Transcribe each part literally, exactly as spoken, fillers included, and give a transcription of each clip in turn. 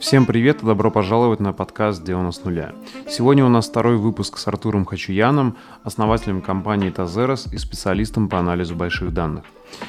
Всем привет и добро пожаловать на подкаст «Сделано с нуля». Сегодня у нас второй выпуск с Артуром Хачуяном, основателем компании Тазерос и специалистом по анализу больших данных.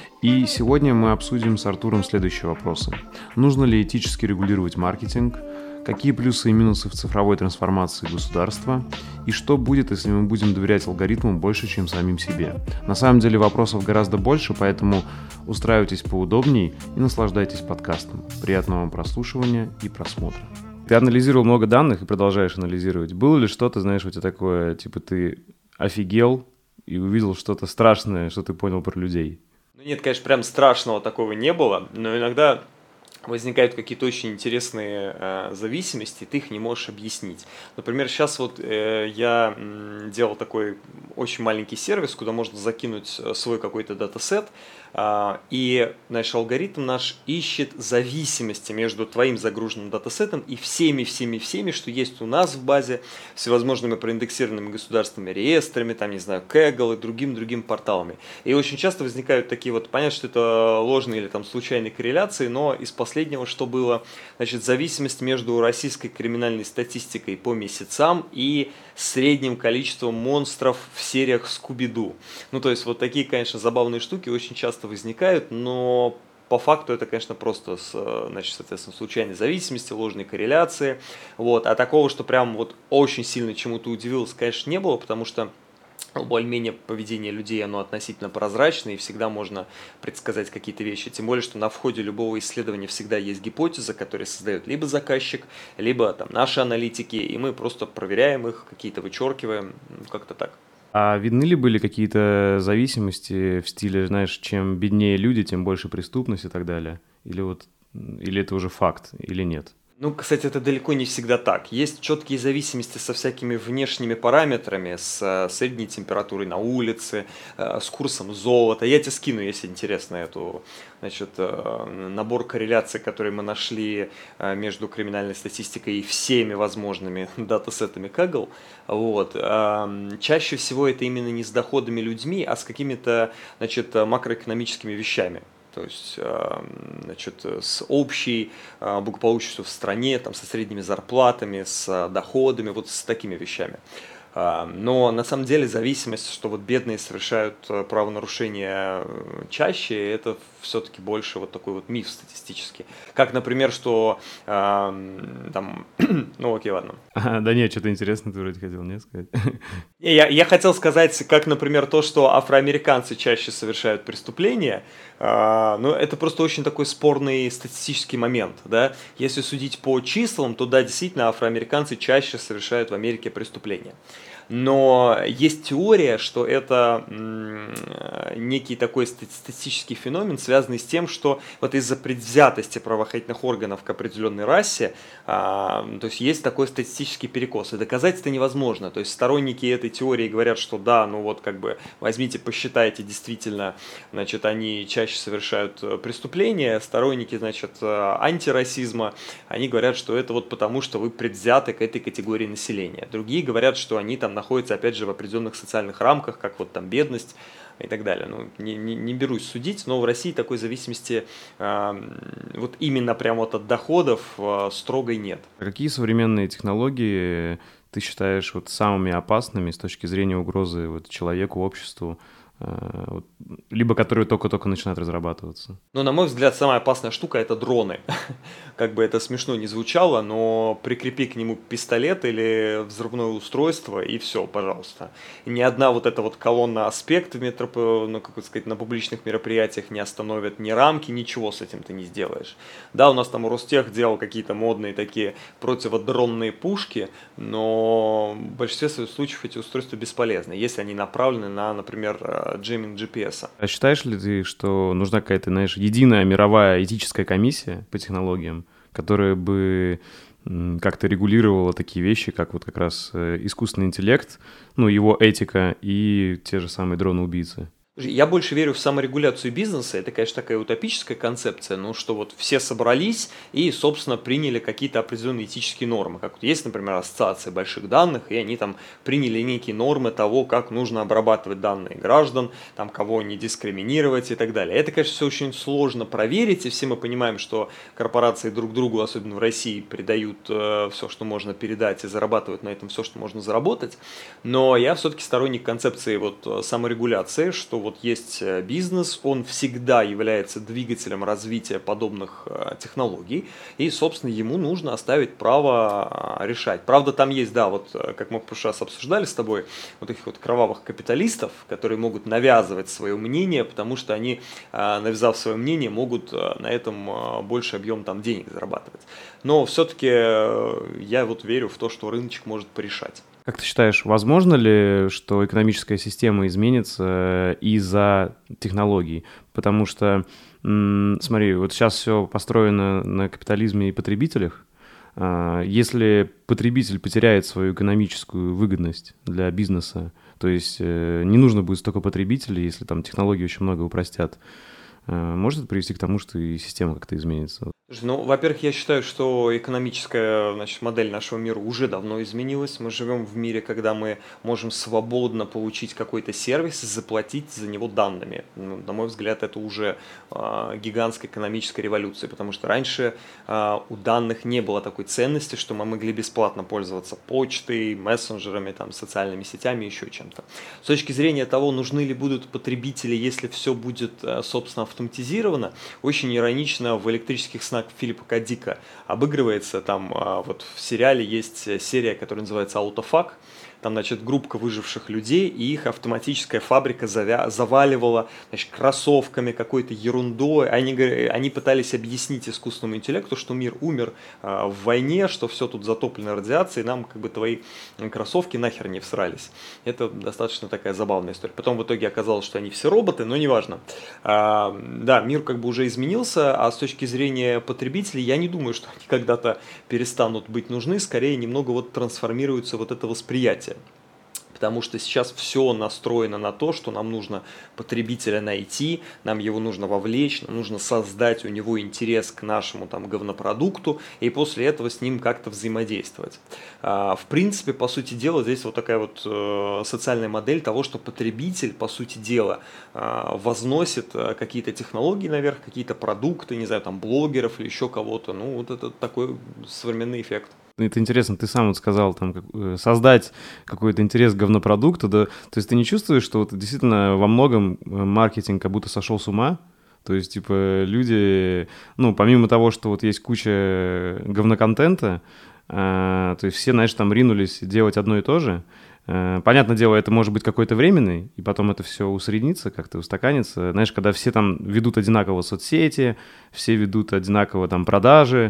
И сегодня мы обсудим с Артуром следующие вопросы. Нужно ли этически регулировать маркетинг? Какие плюсы и минусы в цифровой трансформации государства? И что будет, если мы будем доверять алгоритмам больше, чем самим себе? На самом деле вопросов гораздо больше, поэтому устраивайтесь поудобней и наслаждайтесь подкастом. Приятного вам прослушивания и просмотра. Ты анализировал много данных и продолжаешь анализировать. Было ли что-то, знаешь, у тебя такое, типа ты офигел и увидел что-то страшное, что ты понял про людей? Ну нет, конечно, прям страшного такого не было, но иногда возникают какие-то очень интересные э, зависимости, и ты их не можешь объяснить. Например, сейчас вот э, я м, делал такой очень маленький сервис, куда можно закинуть свой какой-то датасет, э, и, знаешь, алгоритм наш ищет зависимости между твоим загруженным датасетом и всеми-всеми-всеми, что есть у нас в базе, всевозможными проиндексированными государственными реестрами, там, не знаю, Kaggle и другими-другими порталами. И очень часто возникают такие вот, понятно, что это ложные или там случайные корреляции, но из последнего, что было, значит, зависимость между российской криминальной статистикой по месяцам и средним количеством монстров в сериях Скуби-Ду. Ну, то есть, вот такие, конечно, забавные штуки очень часто возникают, но по факту это, конечно, просто, значит, соответственно, случайной зависимости, ложной корреляции. Вот. А такого, что прям вот очень сильно чему-то удивился, конечно, не было, потому что более-менее поведение людей, оно относительно прозрачное, и всегда можно предсказать какие-то вещи. Тем более, что на входе любого исследования всегда есть гипотеза, которую создает либо заказчик, либо там наши аналитики, и мы просто проверяем их, какие-то вычеркиваем, как-то так. А видны ли были какие-то зависимости в стиле, знаешь, чем беднее люди, тем больше преступность и так далее? Или вот, или это уже факт, или нет? Ну, кстати, это далеко не всегда так. Есть четкие зависимости со всякими внешними параметрами, с средней температурой на улице, с курсом золота. Я тебе скину, если интересно, эту, значит, набор корреляций, которые мы нашли между криминальной статистикой и всеми возможными датасетами Kaggle. Вот. Чаще всего это именно не с доходами людьми, а с какими-то, значит, макроэкономическими вещами. То есть, значит, с общей благополучием в стране, там, со средними зарплатами, с доходами, вот с такими вещами. Но на самом деле зависимость, что вот бедные совершают правонарушения чаще, это все-таки больше вот такой вот миф статистический. Как, например, что э, там, ну окей, ладно. А, да нет, что-то интересное ты вроде хотел, не сказать? Я, я хотел сказать, как, например, то, что афроамериканцы чаще совершают преступления, э, ну это просто очень такой спорный статистический момент, да. Если судить по числам, то да, действительно, афроамериканцы чаще совершают в Америке преступления. Но есть теория, что это м, некий такой статистический феномен, связанный с тем, что вот из-за предвзятости правоохранительных органов к определенной расе, а, то есть есть такой статистический перекос. И доказать это невозможно. То есть сторонники этой теории говорят, что да, ну вот как бы возьмите, посчитайте, действительно, значит, они чаще совершают преступления. Сторонники, значит, антирасизма, они говорят, что это вот потому, что вы предвзяты к этой категории населения. Другие говорят, что они там находятся, опять же, в определенных социальных рамках, как вот там бедность и так далее. Ну, не, не, не берусь судить, но в России такой зависимости э, вот именно прямо вот от доходов э, строгой нет. А какие современные технологии ты считаешь вот самыми опасными с точки зрения угрозы вот человеку, обществу, вот, либо которые только-только начинают разрабатываться? Ну, на мой взгляд, самая опасная штука – это дроны. Как бы это смешно не звучало, но прикрепи к нему пистолет или взрывное устройство, и все, пожалуйста. И ни одна вот эта вот колонна аспект в метроп... ну, как сказать, на публичных мероприятиях не остановит, ни рамки, ничего с этим ты не сделаешь. Да, у нас там Ростех делал какие-то модные такие противодронные пушки, но в большинстве своих случаев эти устройства бесполезны, если они направлены на, например, джейминг джи пи эс. А считаешь ли ты, что нужна какая-то, знаешь, единая мировая этическая комиссия по технологиям, которая бы как-то регулировала такие вещи, как вот как раз искусственный интеллект, ну, его этика и те же самые дроны-убийцы? Слушай, я больше верю в саморегуляцию бизнеса. Это, конечно, такая утопическая концепция, но что вот все собрались и, собственно, приняли какие-то определенные этические нормы. Как вот есть, например, ассоциация больших данных, и они там приняли некие нормы того, как нужно обрабатывать данные граждан, там кого не дискриминировать и так далее. Это, конечно, все очень сложно проверить, и все мы понимаем, что корпорации друг другу, особенно в России, передают э, все, что можно передать, и зарабатывают на этом все, что можно заработать. Но я все-таки сторонник концепции вот э, саморегуляции, что вот есть бизнес, он всегда является двигателем развития подобных технологий, и, собственно, ему нужно оставить право решать. Правда, там есть, да, вот как мы в прошлый раз обсуждали с тобой, вот таких вот кровавых капиталистов, которые могут навязывать свое мнение, потому что они, навязав свое мнение, могут на этом больше объем там денег зарабатывать. Но все-таки я вот верю в то, что рыночек может порешать. Как ты считаешь, возможно ли, что экономическая система изменится из-за технологий? Потому что, м, смотри, вот сейчас все построено на капитализме и потребителях. А, Если потребитель потеряет свою экономическую выгодность для бизнеса, то есть э, не нужно будет столько потребителей, если там технологии очень много упростят, э, может это привести к тому, что и система как-то изменится? Ну, во-первых, я считаю, что экономическая, значит, модель нашего мира уже давно изменилась. Мы живем в мире, когда мы можем свободно получить какой-то сервис и заплатить за него данными. Ну, на мой взгляд, это уже э, гигантская экономическая революция, потому что раньше э, у данных не было такой ценности, что мы могли бесплатно пользоваться почтой, мессенджерами, там, социальными сетями, еще чем-то. С точки зрения того, нужны ли будут потребители, если все будет, э, собственно, автоматизировано, очень иронично в электрических снах Филиппа К. Дика обыгрывается. Там вот в сериале есть серия, которая называется «Аутофак». Там, значит, группка выживших людей, и их автоматическая фабрика завя- заваливала, значит, кроссовками, какой-то ерундой. Они, они пытались объяснить искусственному интеллекту, что мир умер э, в войне, что все тут затоплено радиацией, нам как бы твои кроссовки нахер не всрались. Это достаточно такая забавная история. Потом в итоге оказалось, что они все роботы, но неважно. А, да, мир как бы уже изменился, а с точки зрения потребителей я не думаю, что они когда-то перестанут быть нужны, скорее немного вот трансформируется вот это восприятие. Потому что сейчас все настроено на то, что нам нужно потребителя найти, нам его нужно вовлечь, нам нужно создать у него интерес к нашему там говнопродукту, и после этого с ним как-то взаимодействовать. В принципе, по сути дела, здесь вот такая вот социальная модель того, что потребитель, по сути дела, возносит какие-то технологии наверх, какие-то продукты, не знаю, там блогеров или еще кого-то. Ну, вот это такой современный эффект. Это интересно, ты сам вот сказал, там, как, создать какой-то интерес к говнопродукту, да, то есть ты не чувствуешь, что вот действительно во многом маркетинг как будто сошел с ума? То есть, типа, люди, ну, помимо того, что вот есть куча говноконтента, э, то есть все, знаешь, там ринулись делать одно и то же. Э, понятное дело, это может быть какой-то временный, и потом это все усреднится, как-то устаканится. Знаешь, когда все там ведут одинаково соцсети, все ведут одинаково там продажи,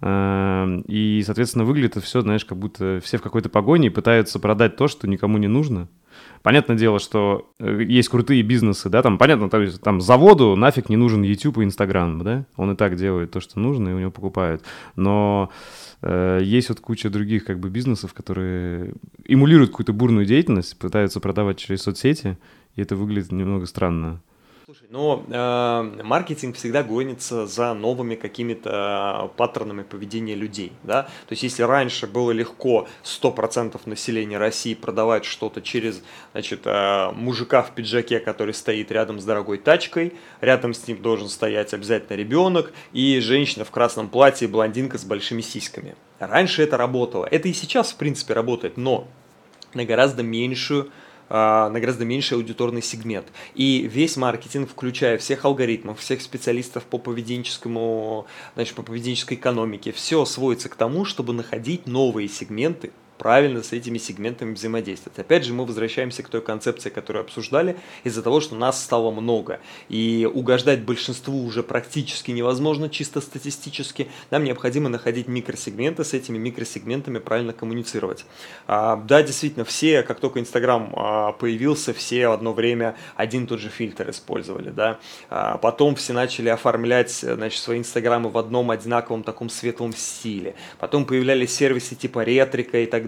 э, и, соответственно, выглядит это все, знаешь, как будто все в какой-то погоне и пытаются продать то, что никому не нужно. Понятное дело, что есть крутые бизнесы, да, там, понятно, там, там заводу нафиг не нужен YouTube и Instagram, да, он и так делает то, что нужно, и у него покупают, но э, есть вот куча других, как бы, бизнесов, которые эмулируют какую-то бурную деятельность, пытаются продавать через соцсети, и это выглядит немного странно. Слушай, но э, маркетинг всегда гонится за новыми какими-то паттернами поведения людей, да, то есть если раньше было легко сто процентов населения России продавать что-то через, значит, э, мужика в пиджаке, который стоит рядом с дорогой тачкой, рядом с ним должен стоять обязательно ребенок и женщина в красном платье, блондинка с большими сиськами. Раньше это работало, это и сейчас в принципе работает, но на гораздо меньшую на гораздо меньший аудиторный сегмент. И весь маркетинг, включая всех алгоритмов, всех специалистов по поведенческому, значит, по поведенческой экономике, все сводится к тому, чтобы находить новые сегменты, правильно с этими сегментами взаимодействовать. Опять же, мы возвращаемся к той концепции, которую обсуждали, из-за того, что нас стало много. И угождать большинству уже практически невозможно, чисто статистически. Нам необходимо находить микросегменты, с этими микросегментами правильно коммуницировать. А, да, действительно, все, как только Инстаграм а, появился, все одно время один и тот же фильтр использовали. Да? А, потом все начали оформлять, значит, свои Инстаграмы в одном одинаковом таком светлом стиле. Потом появлялись сервисы типа Ретрика и так далее.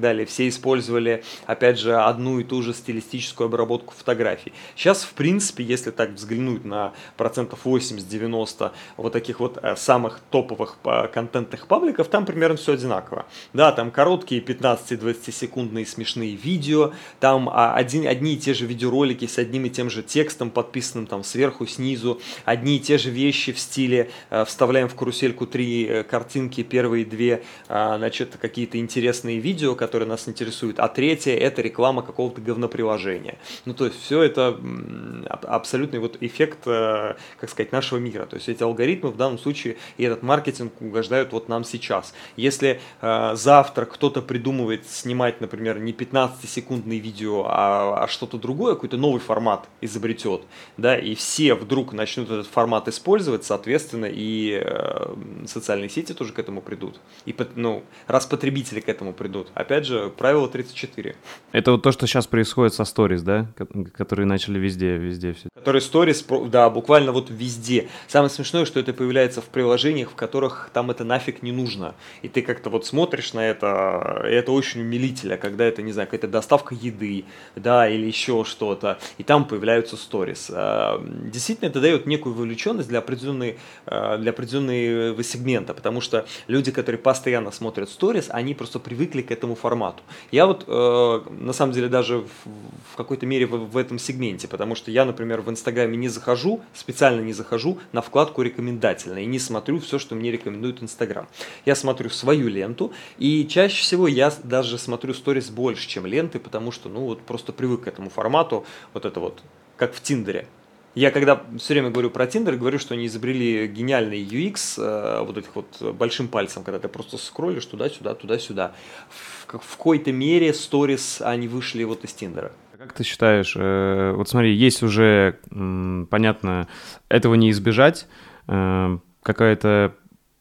далее, все использовали, опять же, одну и ту же стилистическую обработку фотографий. Сейчас, в принципе, если так взглянуть на процентов восемьдесят-девяносто вот таких вот самых топовых контентных пабликов, там примерно все одинаково. Да, там короткие пятнадцати-двадцатисекундные смешные видео, там один, одни и те же видеоролики с одним и тем же текстом, подписанным там сверху, снизу, одни и те же вещи в стиле э, вставляем в карусельку три э, картинки, первые две, э, значит, какие-то интересные видео, которые нас интересуют, а третье это реклама какого-то говноприложения. Ну, то есть, все это м, абсолютный вот эффект, э, как сказать, нашего мира. То есть, эти алгоритмы в данном случае и этот маркетинг угождают вот нам сейчас. Если э, завтра кто-то придумывает снимать, например, не пятнадцатисекундные видео, а, а что-то другое, какой-то новый формат изобретет, да, и все вдруг начнут этот формат использовать, соответственно, и э, социальные сети тоже к этому придут. И, ну, раз потребители к этому придут. Опять же, правило тридцать четыре. Это вот то, что сейчас происходит со сторис, да, которые начали везде, везде все. Которые сторис, да, буквально вот везде. Самое смешное, что это появляется в приложениях, в которых там это нафиг не нужно. И ты как-то вот смотришь на это, и это очень умилительно, когда это, не знаю, какая-то доставка еды, да, или еще что-то, и там появляются сторис. Действительно, это дает некую вовлеченность для определенной, для определенного сегмента, потому что люди, которые постоянно смотрят сторис, они просто привыкли к этому формату. Я вот, на самом деле, даже в, в какой-то мере в, в этом сегменте, потому что я, например, в Инстаграме не захожу, специально не захожу на вкладку «Рекомендательно» и не смотрю все, что мне рекомендует Инстаграм. Я смотрю свою ленту, и чаще всего я даже смотрю сторис больше, чем ленты, потому что, ну, вот просто привык к этому формату, вот это вот, как в Тиндере. Я когда все время говорю про Tinder, говорю, что они изобрели гениальный ю экс, э, вот этих вот большим пальцем, когда ты просто скроллишь туда-сюда, туда-сюда. В, в какой-то мере сторис они вышли вот из Тиндера. Как ты считаешь, э, вот смотри, есть уже, м, понятно, этого не избежать, э, какая-то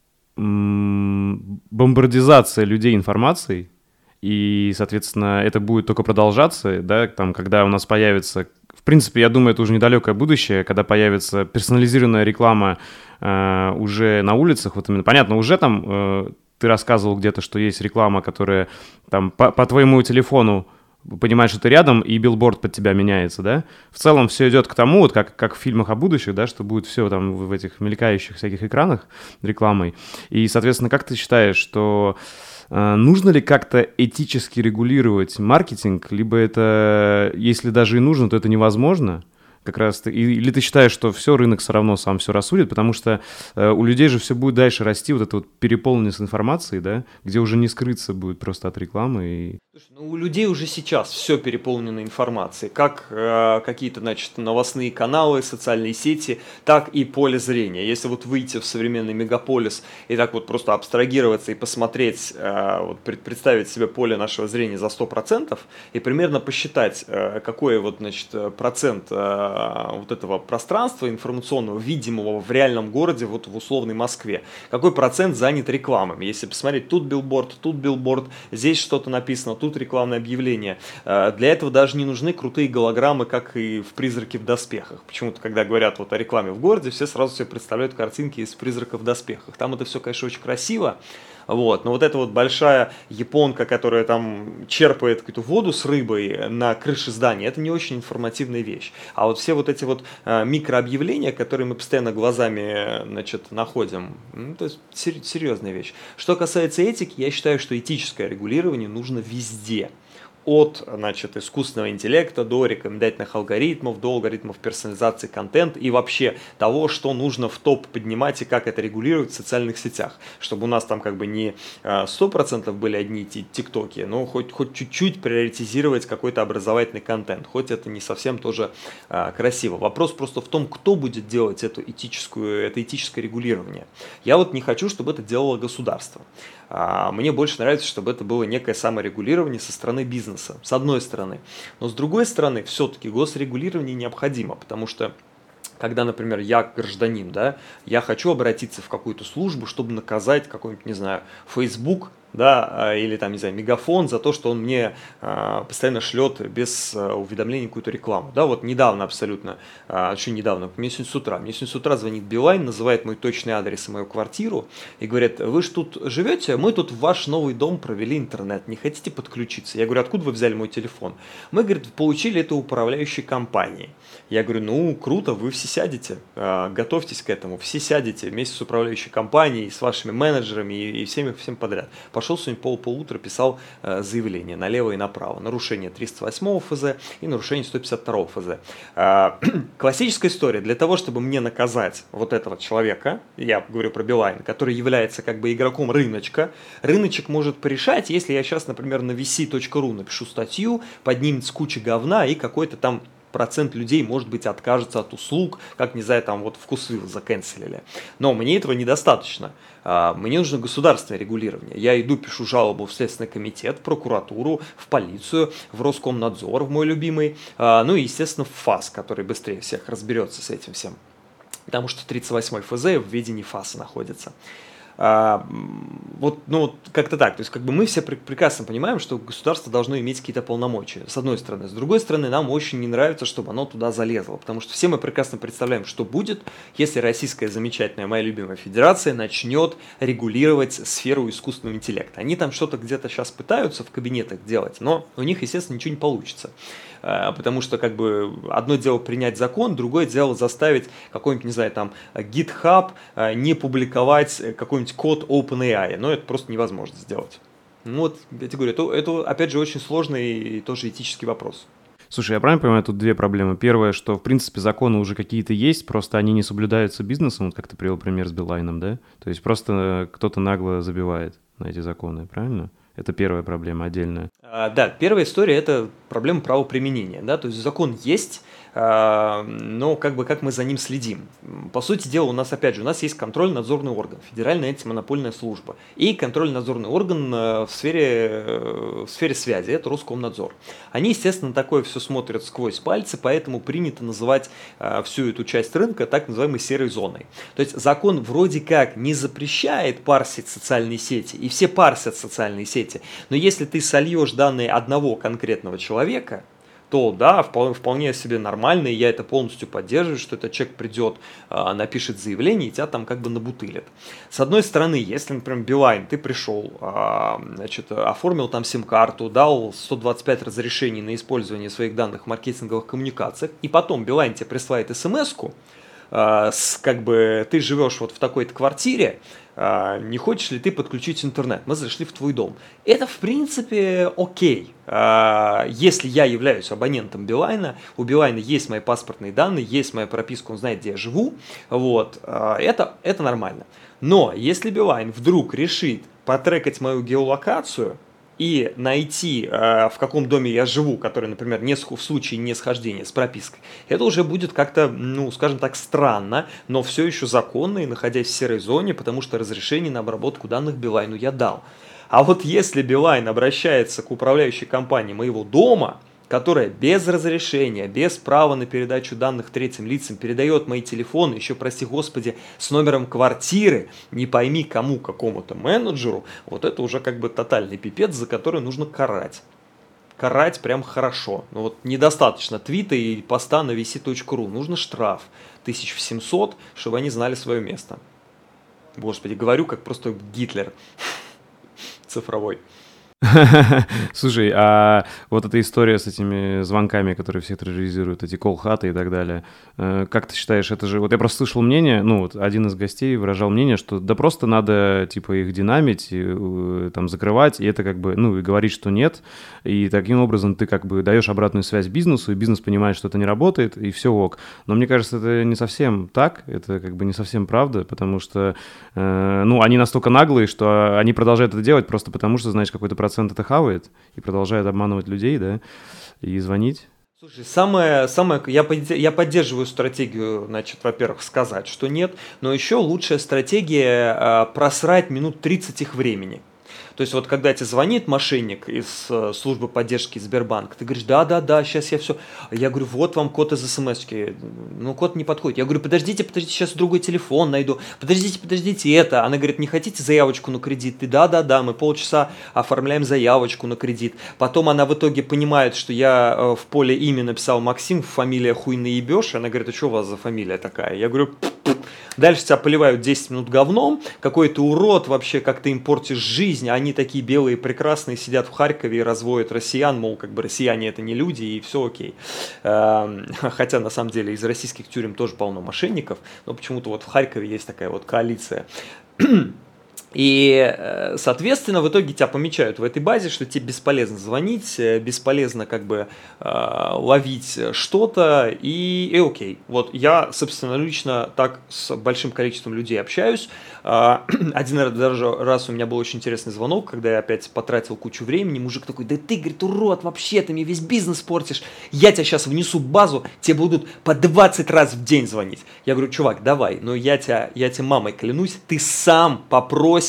м, бомбардизация людей информацией, и, соответственно, это будет только продолжаться, да, там, когда у нас появится... В принципе, я думаю, это уже недалекое будущее, когда появится персонализированная реклама э, уже на улицах. Вот именно, понятно, уже там э, ты рассказывал где-то, что есть реклама, которая там по, по твоему телефону понимаешь, что ты рядом, и билборд под тебя меняется, да? В целом все идет к тому, вот как, как в фильмах о будущем, да, что будет все там в этих мелькающих всяких экранах рекламой. И, соответственно, как ты считаешь, что... Нужно ли как-то этически регулировать маркетинг, либо это, если даже и нужно, то это невозможно? Как раз ты, или ты считаешь, что все, рынок все равно сам все рассудит, потому что э, у людей же все будет дальше расти, вот эта вот переполненность информацией, да, где уже не скрыться будет просто от рекламы. И... Слушай, ну, у людей уже сейчас все переполнено информацией, как э, какие-то, значит, новостные каналы, социальные сети, так и поле зрения. Если вот выйти в современный мегаполис и так вот просто абстрагироваться и посмотреть, э, вот, представить себе поле нашего зрения за сто процентов и примерно посчитать, э, какой вот, значит, процент э, вот этого пространства информационного, видимого в реальном городе, вот в условной Москве. Какой процент занят рекламами? Если посмотреть, тут билборд, тут билборд, здесь что-то написано, тут рекламное объявление. Для этого даже не нужны крутые голограммы, как и в «Призраке в доспехах». Почему-то, когда говорят вот о рекламе в городе, все сразу себе представляют картинки из «Призрака в доспехах». Там это все, конечно, очень красиво. Вот. Но вот эта вот большая японка, которая там черпает какую-то воду с рыбой на крыше здания, это не очень информативная вещь. А вот все вот эти вот э, микрообъявления, которые мы постоянно глазами, значит, находим, ну, то есть серьезная вещь. Что касается этики, я считаю, что этическое регулирование нужно везде. От, значит, искусственного интеллекта до рекомендательных алгоритмов, до алгоритмов персонализации контента и вообще того, что нужно в топ поднимать и как это регулировать в социальных сетях. Чтобы у нас там как бы не сто процентов были одни тиктоки, но хоть, хоть чуть-чуть приоритизировать какой-то образовательный контент. Хоть это не совсем тоже а, красиво. Вопрос просто в том, кто будет делать эту этическую, это этическое регулирование. Я вот не хочу, чтобы это делало государство. Мне больше нравится, чтобы это было некое саморегулирование со стороны бизнеса, с одной стороны. Но с другой стороны, все-таки госрегулирование необходимо, потому что когда, например, я гражданин, да, я хочу обратиться в какую-то службу, чтобы наказать какой-нибудь, не знаю, Facebook да, а, или там, не знаю, Мегафон за то, что он мне а, постоянно шлет без а, уведомлений какую-то рекламу, да, вот недавно абсолютно, а, еще недавно, мне сегодня с утра, мне сегодня с утра звонит Билайн, называет мой точный адрес и мою квартиру и говорит: вы же тут живете, мы тут в ваш новый дом провели интернет, не хотите подключиться? Я говорю: откуда вы взяли мой телефон? Мы, говорит, получили это у управляющей компании. Я говорю: ну, круто, вы все сядете, а, готовьтесь к этому, все сядете вместе с управляющей компанией, с вашими менеджерами и, и всеми, всем подряд. Пошел сегодня пол полутора, писал а, заявление налево и направо. Нарушение триста восьмого эф зэ и нарушение сто пятьдесят второго эф зэ. А, классическая история. Для того, чтобы мне наказать вот этого человека, я говорю про Билайн, который является как бы игроком рыночка, рыночек может порешать, если я сейчас, например, на ви си точка ру напишу статью, поднимется куча говна и какой-то там процент людей, может быть, откажется от услуг, как, не знаю, там вот Вкусвилл заканцелили. Но мне этого недостаточно. Мне нужно государственное регулирование. Я иду, пишу жалобу в Следственный комитет, в прокуратуру, в полицию, в Роскомнадзор, в мой любимый, ну и, естественно, в ФАС, который быстрее всех разберется с этим всем. Потому что тридцать восьмой эф зэ в ведении ФАСа находится. А, вот, ну, вот как-то так. То есть, как бы мы все пр- прекрасно понимаем, что государство должно иметь какие-то полномочия, с одной стороны. С другой стороны, нам очень не нравится, чтобы оно туда залезло, потому что все мы прекрасно представляем, что будет, если российская замечательная, моя любимая федерация начнет регулировать сферу искусственного интеллекта. Они там что-то где-то сейчас пытаются в кабинетах делать, но у них, естественно, ничего не получится. Потому что, как бы, одно дело принять закон, другое дело заставить какой-нибудь, не знаю, там, GitHub не публиковать какой-нибудь код OpenAI. Но это просто невозможно сделать. Ну вот, я тебе говорю, это, это опять же, очень сложный и тоже этический вопрос. Слушай, я правильно понимаю, тут две проблемы. Первое, что, в принципе, законы уже какие-то есть, просто они не соблюдаются бизнесом, вот как ты привел пример с Билайном, да? То есть просто кто-то нагло забивает на эти законы, правильно? Это первая проблема отдельная. А, да, первая история – это проблема правоприменения. Да? То есть закон есть, а, но как бы как мы за ним следим. По сути дела, у нас, опять же, у нас есть контрольно-надзорный орган, Федеральная антимонопольная служба, и контрольно-надзорный орган в сфере, в сфере связи – это Роскомнадзор. Они, естественно, такое все смотрят сквозь пальцы, поэтому принято называть а, всю эту часть рынка так называемой серой зоной. То есть закон вроде как не запрещает парсить социальные сети, и все парсят социальные сети. Но если ты сольешь данные одного конкретного человека, то да, вполне, вполне себе нормально, и я это полностью поддерживаю, что этот человек придет, напишет заявление, и тебя там как бы набутылят. С одной стороны, если, например, Билайн, ты пришел, значит, оформил там сим-карту, дал сто двадцать пять разрешений на использование своих данных в маркетинговых коммуникациях, и потом Билайн тебе присылает смс-ку, с, как бы, ты живешь вот в такой-то квартире, не хочешь ли ты подключить интернет? Мы зашли в твой дом. Это, в принципе, окей. Если я являюсь абонентом Билайна, у Билайна есть мои паспортные данные, есть моя прописка, он знает, где я живу, вот, это, это нормально. Но если Билайн вдруг решит потрекать мою геолокацию и найти, э, в каком доме я живу, который, например, не в случае несхождения с пропиской, это уже будет как-то, ну, скажем так, странно, но все еще законно и находясь в серой зоне, потому что разрешение на обработку данных Билайну я дал. А вот если Билайн обращается к управляющей компании моего дома, которая без разрешения, без права на передачу данных третьим лицам передает мои телефоны, еще, прости господи, с номером квартиры, не пойми кому, какому-то менеджеру, вот это уже как бы тотальный пипец, за который нужно карать. Карать прям хорошо. Но вот недостаточно твита и поста на ви си точка ру, нужно штраф тысяча семьсот, чтобы они знали свое место. Господи, говорю как просто Гитлер цифровой. Слушай, а вот эта история с этими звонками, которые все терроризируют, эти колл-хаты и так далее, как ты считаешь, это же... Вот я просто слышал мнение, ну вот один из гостей выражал мнение, что да просто надо типа их динамить, и, там закрывать, и это как бы, ну и говорить, что нет, и таким образом ты как бы даешь обратную связь бизнесу, и бизнес понимает, что это не работает, и все ок. Но мне кажется, это не совсем так, это как бы не совсем правда, потому что, э, ну, они настолько наглые, что они продолжают это делать просто потому, что, знаешь, какой-то процент это хавает и продолжает обманывать людей, да, и звонить. Слушай, самое, самое, я, я поддерживаю стратегию, значит, во-первых, сказать, что нет, но еще лучшая стратегия э, просрать минут тридцать их времени. То есть вот когда тебе звонит мошенник из э, службы поддержки Сбербанка, ты говоришь, да-да-да, сейчас я все. Я говорю, вот вам код из смс-ки. Ну, код не подходит. Я говорю, подождите, подождите, сейчас другой телефон найду. Подождите, подождите, это. Она говорит, не хотите заявочку на кредит? Ты, да-да-да, мы полчаса оформляем заявочку на кредит. Потом она в итоге понимает, что я э, в поле имя написал Максим, фамилия хуй наебешь. Она говорит, а что у вас за фамилия такая? Я говорю, дальше тебя поливают десять минут говном, какой ты урод вообще, как ты им портишь жизнь, они такие белые прекрасные сидят в Харькове и разводят россиян, мол, как бы россияне это не люди и все окей. Хотя на самом деле из российских тюрем тоже полно мошенников, но почему-то вот в Харькове есть такая вот коалиция. И, соответственно, в итоге тебя помечают в этой базе, что тебе бесполезно звонить, бесполезно как бы ловить что-то, и, и окей. Вот я, собственно, лично так с большим количеством людей общаюсь. Один раз, даже раз у меня был очень интересный звонок, когда я опять потратил кучу времени, мужик такой, да ты, говорит, урод, вообще, ты мне весь бизнес портишь, я тебя сейчас внесу в базу, тебе будут по двадцать раз в день звонить. Я говорю, чувак, давай, но я тебя, я тебе мамой клянусь, ты сам попросишь,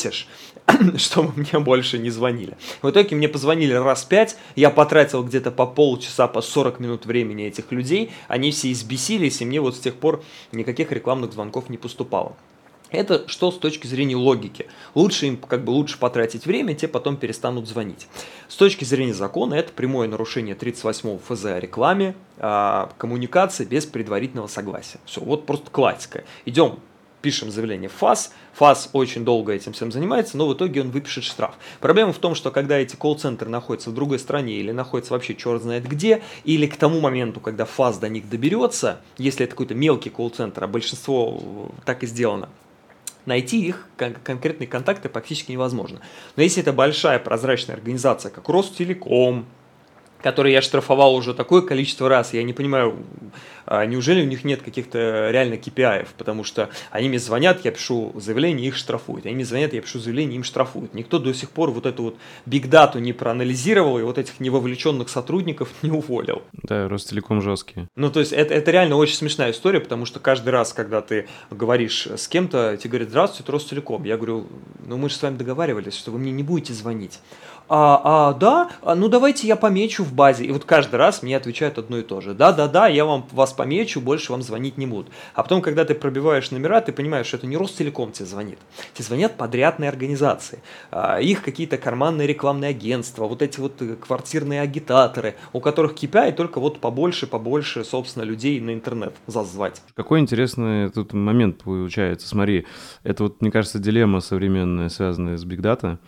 чтобы мне больше не звонили. В итоге мне позвонили раз пять, я потратил где-то по полчаса, по сорок минут времени этих людей, они все избесились, и мне вот с тех пор никаких рекламных звонков не поступало. Это что с точки зрения логики? Лучше им как бы лучше потратить время, те потом перестанут звонить. С точки зрения закона это прямое нарушение тридцать восьмого эф зэ о рекламе, а, коммуникации без предварительного согласия. Все, вот просто классика. Идем. Пишем заявление в ФАС, ФАС очень долго этим всем занимается, но в итоге он выпишет штраф. Проблема в том, что когда эти колл-центры находятся в другой стране или находятся вообще черт знает где, или к тому моменту, когда ФАС до них доберется, если это какой-то мелкий колл-центр, а большинство так и сделано, найти их кон- конкретные контакты практически невозможно. Но если это большая прозрачная организация, как Ростелеком, который я штрафовал уже такое количество раз, я не понимаю, неужели у них нет каких-то реально кей пи ай-ев, потому что они мне звонят, я пишу заявление, их штрафуют, они мне звонят, я пишу заявление, им штрафуют. Никто до сих пор вот эту вот бигдату не проанализировал и вот этих невовлеченных сотрудников не уволил. Да, Ростелеком жесткие. Ну, то есть это, это реально очень смешная история, потому что каждый раз, когда ты говоришь с кем-то, тебе говорят, здравствуйте, это Ростелеком. Я говорю, ну мы же с вами договаривались, что вы мне не будете звонить. А, а, да, а, ну давайте я помечу в базе. И вот каждый раз мне отвечают одно и то же. Да-да-да, я вам, вас помечу, больше вам звонить не буду. А потом, когда ты пробиваешь номера, ты понимаешь, что это не Ростелеком тебе звонит. Тебе звонят подрядные организации. А, их какие-то карманные рекламные агентства, вот эти вот квартирные агитаторы, у которых кей пи ай только вот побольше, побольше, собственно, людей на интернет зазвать. Какой интересный тут момент получается. Смотри, это вот, мне кажется, дилемма современная, связанная с бигдата.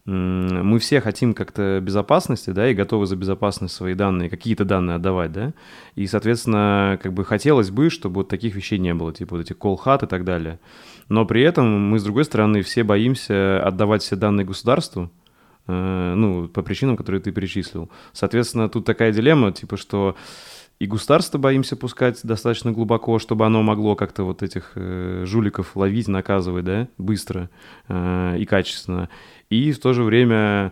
Мы все хотим как-то безопасности, да, и готовы за безопасность свои данные, какие-то данные отдавать, да, и, соответственно, как бы хотелось бы, чтобы вот таких вещей не было, типа вот этих колл-хат и так далее. Но при этом мы, с другой стороны, все боимся отдавать все данные государству, э, ну, по причинам, которые ты перечислил. Соответственно, тут такая дилемма, типа, что и государство боимся пускать достаточно глубоко, чтобы оно могло как-то вот этих э, жуликов ловить, наказывать, да, быстро э, и качественно. И в то же время,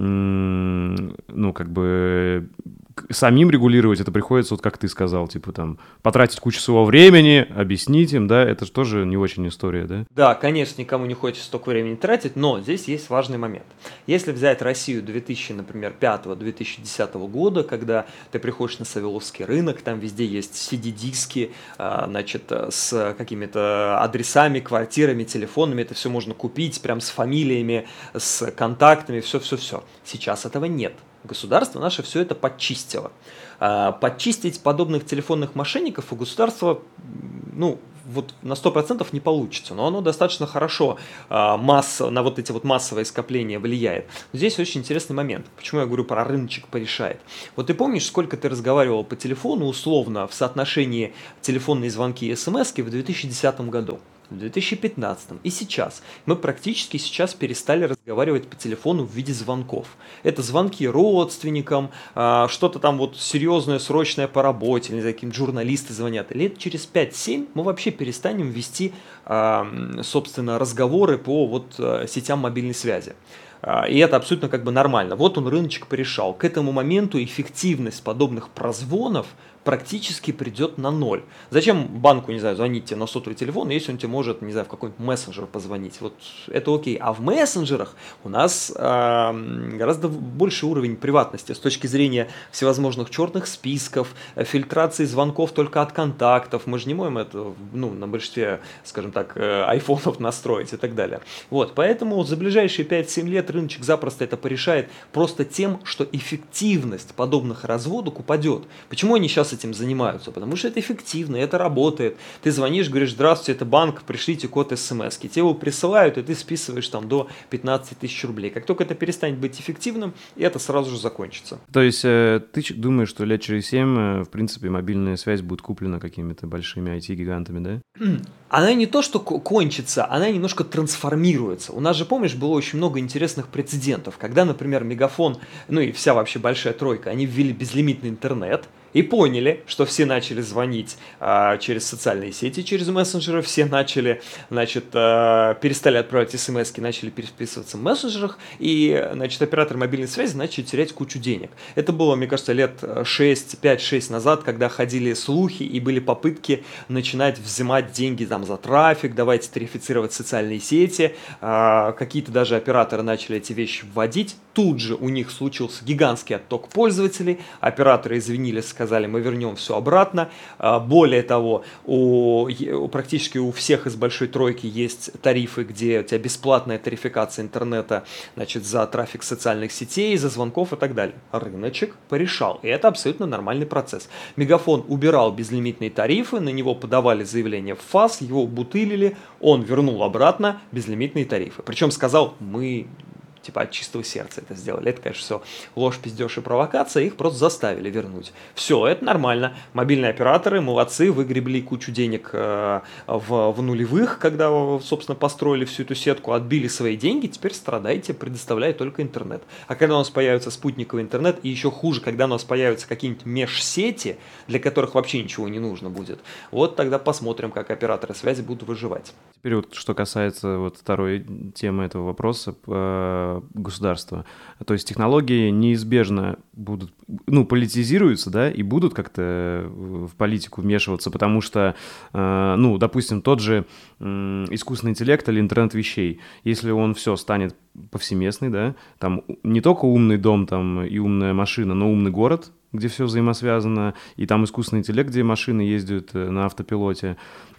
м- ну, как бы самим регулировать это приходится, вот как ты сказал, типа там потратить кучу своего времени, объяснить им, да, это же тоже не очень история, да? Да, конечно, никому не хочется столько времени тратить, но здесь есть важный момент. Если взять Россию две тысячи, например, пятого - две тысячи десятого года, когда ты приходишь на Савеловский рынок, там везде есть си ди-диски, значит, с какими-то адресами, квартирами, телефонами, это все можно купить, прям с фамилиями, с контактами, все-все-все. Сейчас этого нет. Государство наше все это подчистило. Подчистить подобных телефонных мошенников у государства, ну, вот на сто процентов не получится, но оно достаточно хорошо масса, на вот эти вот массовые скопления влияет. Здесь очень интересный момент. Почему я говорю про рыночек порешает? Вот ты помнишь, сколько ты разговаривал по телефону условно в соотношении телефонные звонки и смс-ки в две тысячи десятом году? В две тысячи пятнадцатом и сейчас. Мы практически сейчас перестали разговаривать по телефону в виде звонков. Это звонки родственникам, что-то там вот серьезное, срочное по работе, не знаю, какие-то журналисты звонят. Лет через пять-семь мы вообще перестанем вести, собственно, разговоры по вот сетям мобильной связи. И это абсолютно как бы нормально. Вот он рыночек порешал. К этому моменту эффективность подобных прозвонов практически придет на ноль. Зачем банку, не знаю, звонить тебе на сотовый телефон, если он тебе может, не знаю, в какой-нибудь мессенджер позвонить? Вот это окей. А в мессенджерах у нас э, гораздо больший уровень приватности с точки зрения всевозможных черных списков, фильтрации звонков только от контактов. Мы же не можем это, ну, на большинстве, скажем так, айфонов настроить и так далее. Вот, поэтому за ближайшие пять-семь лет рыночек запросто это порешает просто тем, что эффективность подобных разводок упадет. Почему они сейчас этим занимаются? Потому что это эффективно, это работает. Ты звонишь, говоришь: здравствуйте, это банк, пришлите код смс. Тебе его присылают, и ты списываешь там до пятнадцать тысяч рублей. Как только это перестанет быть эффективным, это сразу же закончится. То есть э, ты думаешь, что лет через семь, э, в принципе, мобильная связь будет куплена какими-то большими ай ти-гигантами, да? Она не то, что кончится, она немножко трансформируется. У нас же, помнишь, было очень много интересных прецедентов, когда, например, Мегафон, ну и вся вообще большая тройка, они ввели безлимитный интернет, и поняли, что все начали звонить а, через социальные сети, через мессенджеры, все начали, значит, а, перестали отправлять смс-ки, начали переписываться в мессенджерах, и, значит, операторы мобильной связи начали терять кучу денег. Это было, мне кажется, лет шесть, пять-шесть назад, когда ходили слухи и были попытки начинать взимать деньги там за трафик, давайте тарифицировать социальные сети, а, какие-то даже операторы начали эти вещи вводить. Тут же у них случился гигантский отток пользователей, операторы извинились, сказали: мы вернем все обратно. Более того, у, у, практически у всех из большой тройки есть тарифы, где у тебя бесплатная тарификация интернета, значит, за трафик социальных сетей, за звонков и так далее. Рыночек порешал, и это абсолютно нормальный процесс. Мегафон убирал безлимитные тарифы, на него подавали заявление в ФАС, его бутылили, он вернул обратно безлимитные тарифы. Причем сказал: мы... типа от чистого сердца это сделали. Это, конечно, все ложь, пиздеж и провокация, их просто заставили вернуть. Все, это нормально. Мобильные операторы молодцы, выгребли кучу денег э, в, в нулевых, когда, собственно, построили всю эту сетку, отбили свои деньги, теперь страдайте, предоставляя только интернет. А когда у нас появится спутниковый интернет, и еще хуже, когда у нас появятся какие-нибудь межсети, для которых вообще ничего не нужно будет, вот тогда посмотрим, как операторы связи будут выживать. Теперь вот что касается вот второй темы этого вопроса, э, государства. То есть технологии неизбежно будут, ну, политизируются, да, и будут как-то в политику вмешиваться, потому что, э, ну, допустим, тот же э, искусственный интеллект или интернет вещей, если он все станет повсеместный, да, там не только умный дом там и умная машина, но умный город, где все взаимосвязано, и там искусственный интеллект, где машины ездят на автопилоте,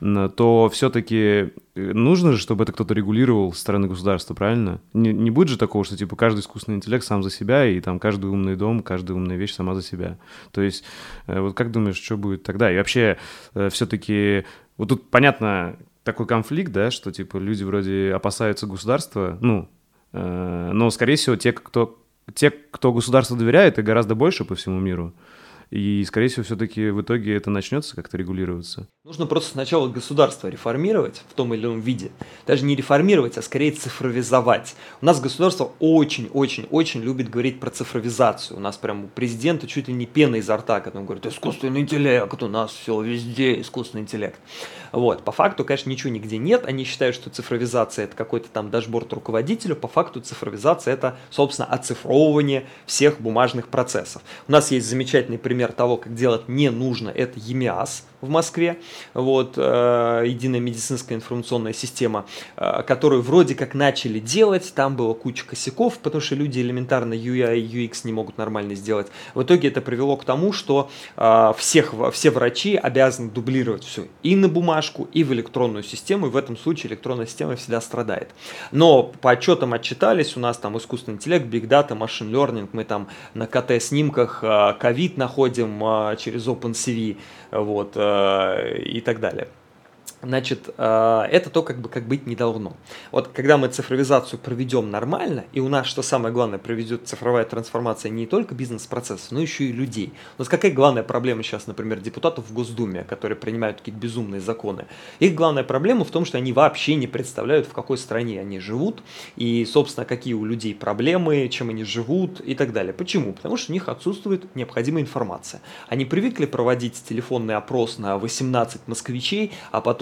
то все-таки нужно же, чтобы это кто-то регулировал со стороны государства, правильно? Не, не будет же такого, что типа каждый искусственный интеллект сам за себя, и там каждый умный дом, каждая умная вещь сама за себя. То есть вот как думаешь, что будет тогда? И вообще все-таки вот тут понятно такой конфликт, да, что типа люди вроде опасаются государства, ну, но, скорее всего, те, кто Те, кто государству доверяет, и гораздо больше по всему миру. И, скорее всего, все-таки в итоге это начнется как-то регулироваться. Нужно просто сначала государство реформировать в том или ином виде. Даже не реформировать, а скорее цифровизовать. У нас государство очень-очень-очень любит говорить про цифровизацию. У нас прям у президента чуть ли не пена изо рта, когда он говорит: искусственный интеллект, у нас все везде искусственный интеллект. Вот. По факту, конечно, ничего нигде нет. Они считают, что цифровизация — это какой-то там дашборд руководителю. По факту цифровизация — это, собственно, оцифровывание всех бумажных процессов. У нас есть замечательный пример того, как делать не нужно. Это ЕМИАС в Москве, вот, э, единая медицинская информационная система, э, которую вроде как начали делать, там было куча косяков, потому что люди элементарно ю ай и ю экс не могут нормально сделать. В итоге это привело к тому, что э, всех, все врачи обязаны дублировать все и на бумажку, и в электронную систему, и в этом случае электронная система всегда страдает. Но по отчетам отчитались, у нас там искусственный интеллект, биг дата, машин learning, мы там на ка тэ-снимках ковид находим э, через OpenCV, вот, э, и так далее. Значит, это то, как бы, как быть не должно. Вот когда мы цифровизацию проведем нормально, и у нас, что самое главное, проведет цифровая трансформация не только бизнес-процессов, но еще и людей. У нас какая главная проблема сейчас, например, депутатов в Госдуме, которые принимают какие-то безумные законы? Их главная проблема в том, что они вообще не представляют, в какой стране они живут, и, собственно, какие у людей проблемы, чем они живут и так далее. Почему? Потому что у них отсутствует необходимая информация. Они привыкли проводить телефонный опрос на восемнадцать москвичей, а потом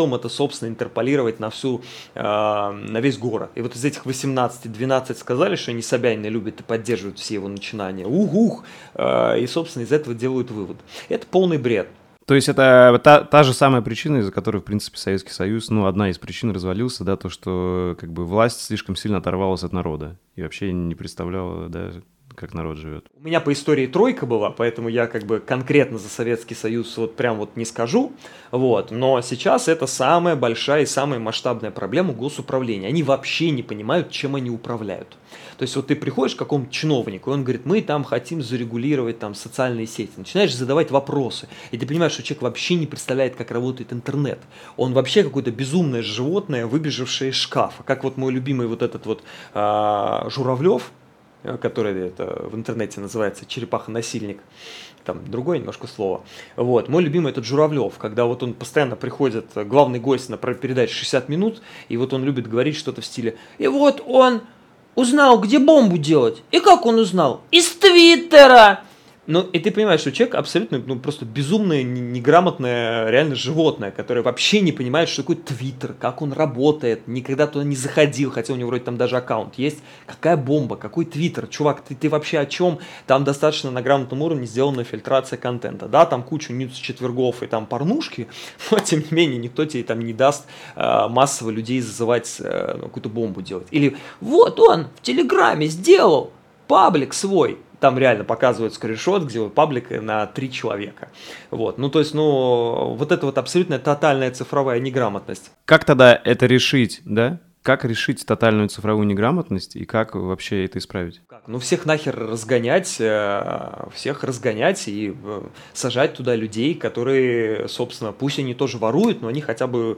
потом это, собственно, интерполировать на всю, э, на весь город. И вот из этих восемнадцати двенадцать сказали, что они Собянина любят и поддерживают все его начинания. Ух-ух! Э, и, собственно, из этого делают вывод. Это полный бред. То есть это та, та же самая причина, из-за которой, в принципе, Советский Союз, ну, одна из причин развалился, да, то, что как бы власть слишком сильно оторвалась от народа и вообще не представляла, да, как народ живет. У меня по истории тройка была, поэтому я как бы конкретно за Советский Союз вот прям вот не скажу, вот, но сейчас это самая большая и самая масштабная проблема госуправления. Они вообще не понимают, чем они управляют. То есть вот ты приходишь к какому-то чиновнику, и он говорит, мы там хотим зарегулировать там социальные сети. Начинаешь задавать вопросы, и ты понимаешь, что человек вообще не представляет, как работает интернет. Он вообще какое-то безумное животное, выбежавшее из шкафа. Как вот мой любимый вот этот вот а, Журавлев, который это в интернете называется «Черепаха-насильник», там другое немножко слово. Вот. Мой любимый этот Журавлев, когда вот он постоянно приходит, главный гость на передаче шестьдесят минут, и вот он любит говорить что-то в стиле «И вот он узнал, где бомбу делать». И как он узнал? Из Твиттера! Ну, и ты понимаешь, что человек абсолютно, ну, просто безумное, неграмотное, реально животное, которое вообще не понимает, что такое Твиттер, как он работает, никогда туда не заходил, хотя у него вроде там даже аккаунт есть. Какая бомба, какой Твиттер? Чувак, ты, ты вообще о чем? Там достаточно на грамотном уровне сделана фильтрация контента. Да, там кучу ньюс-четвергов и там порнушки, но, тем не менее, никто тебе там не даст э, массово людей зазывать, э, ну, какую-то бомбу делать. Или вот он в Телеграме сделал паблик свой. Там реально показывают скриншот, где паблик на три человека. Вот. Ну, то есть, ну, вот это вот абсолютно тотальная цифровая неграмотность. Как тогда это решить, да? Как решить тотальную цифровую неграмотность и как вообще это исправить? Как? Ну, всех нахер разгонять, всех разгонять и сажать туда людей, которые, собственно, пусть они тоже воруют, но они хотя бы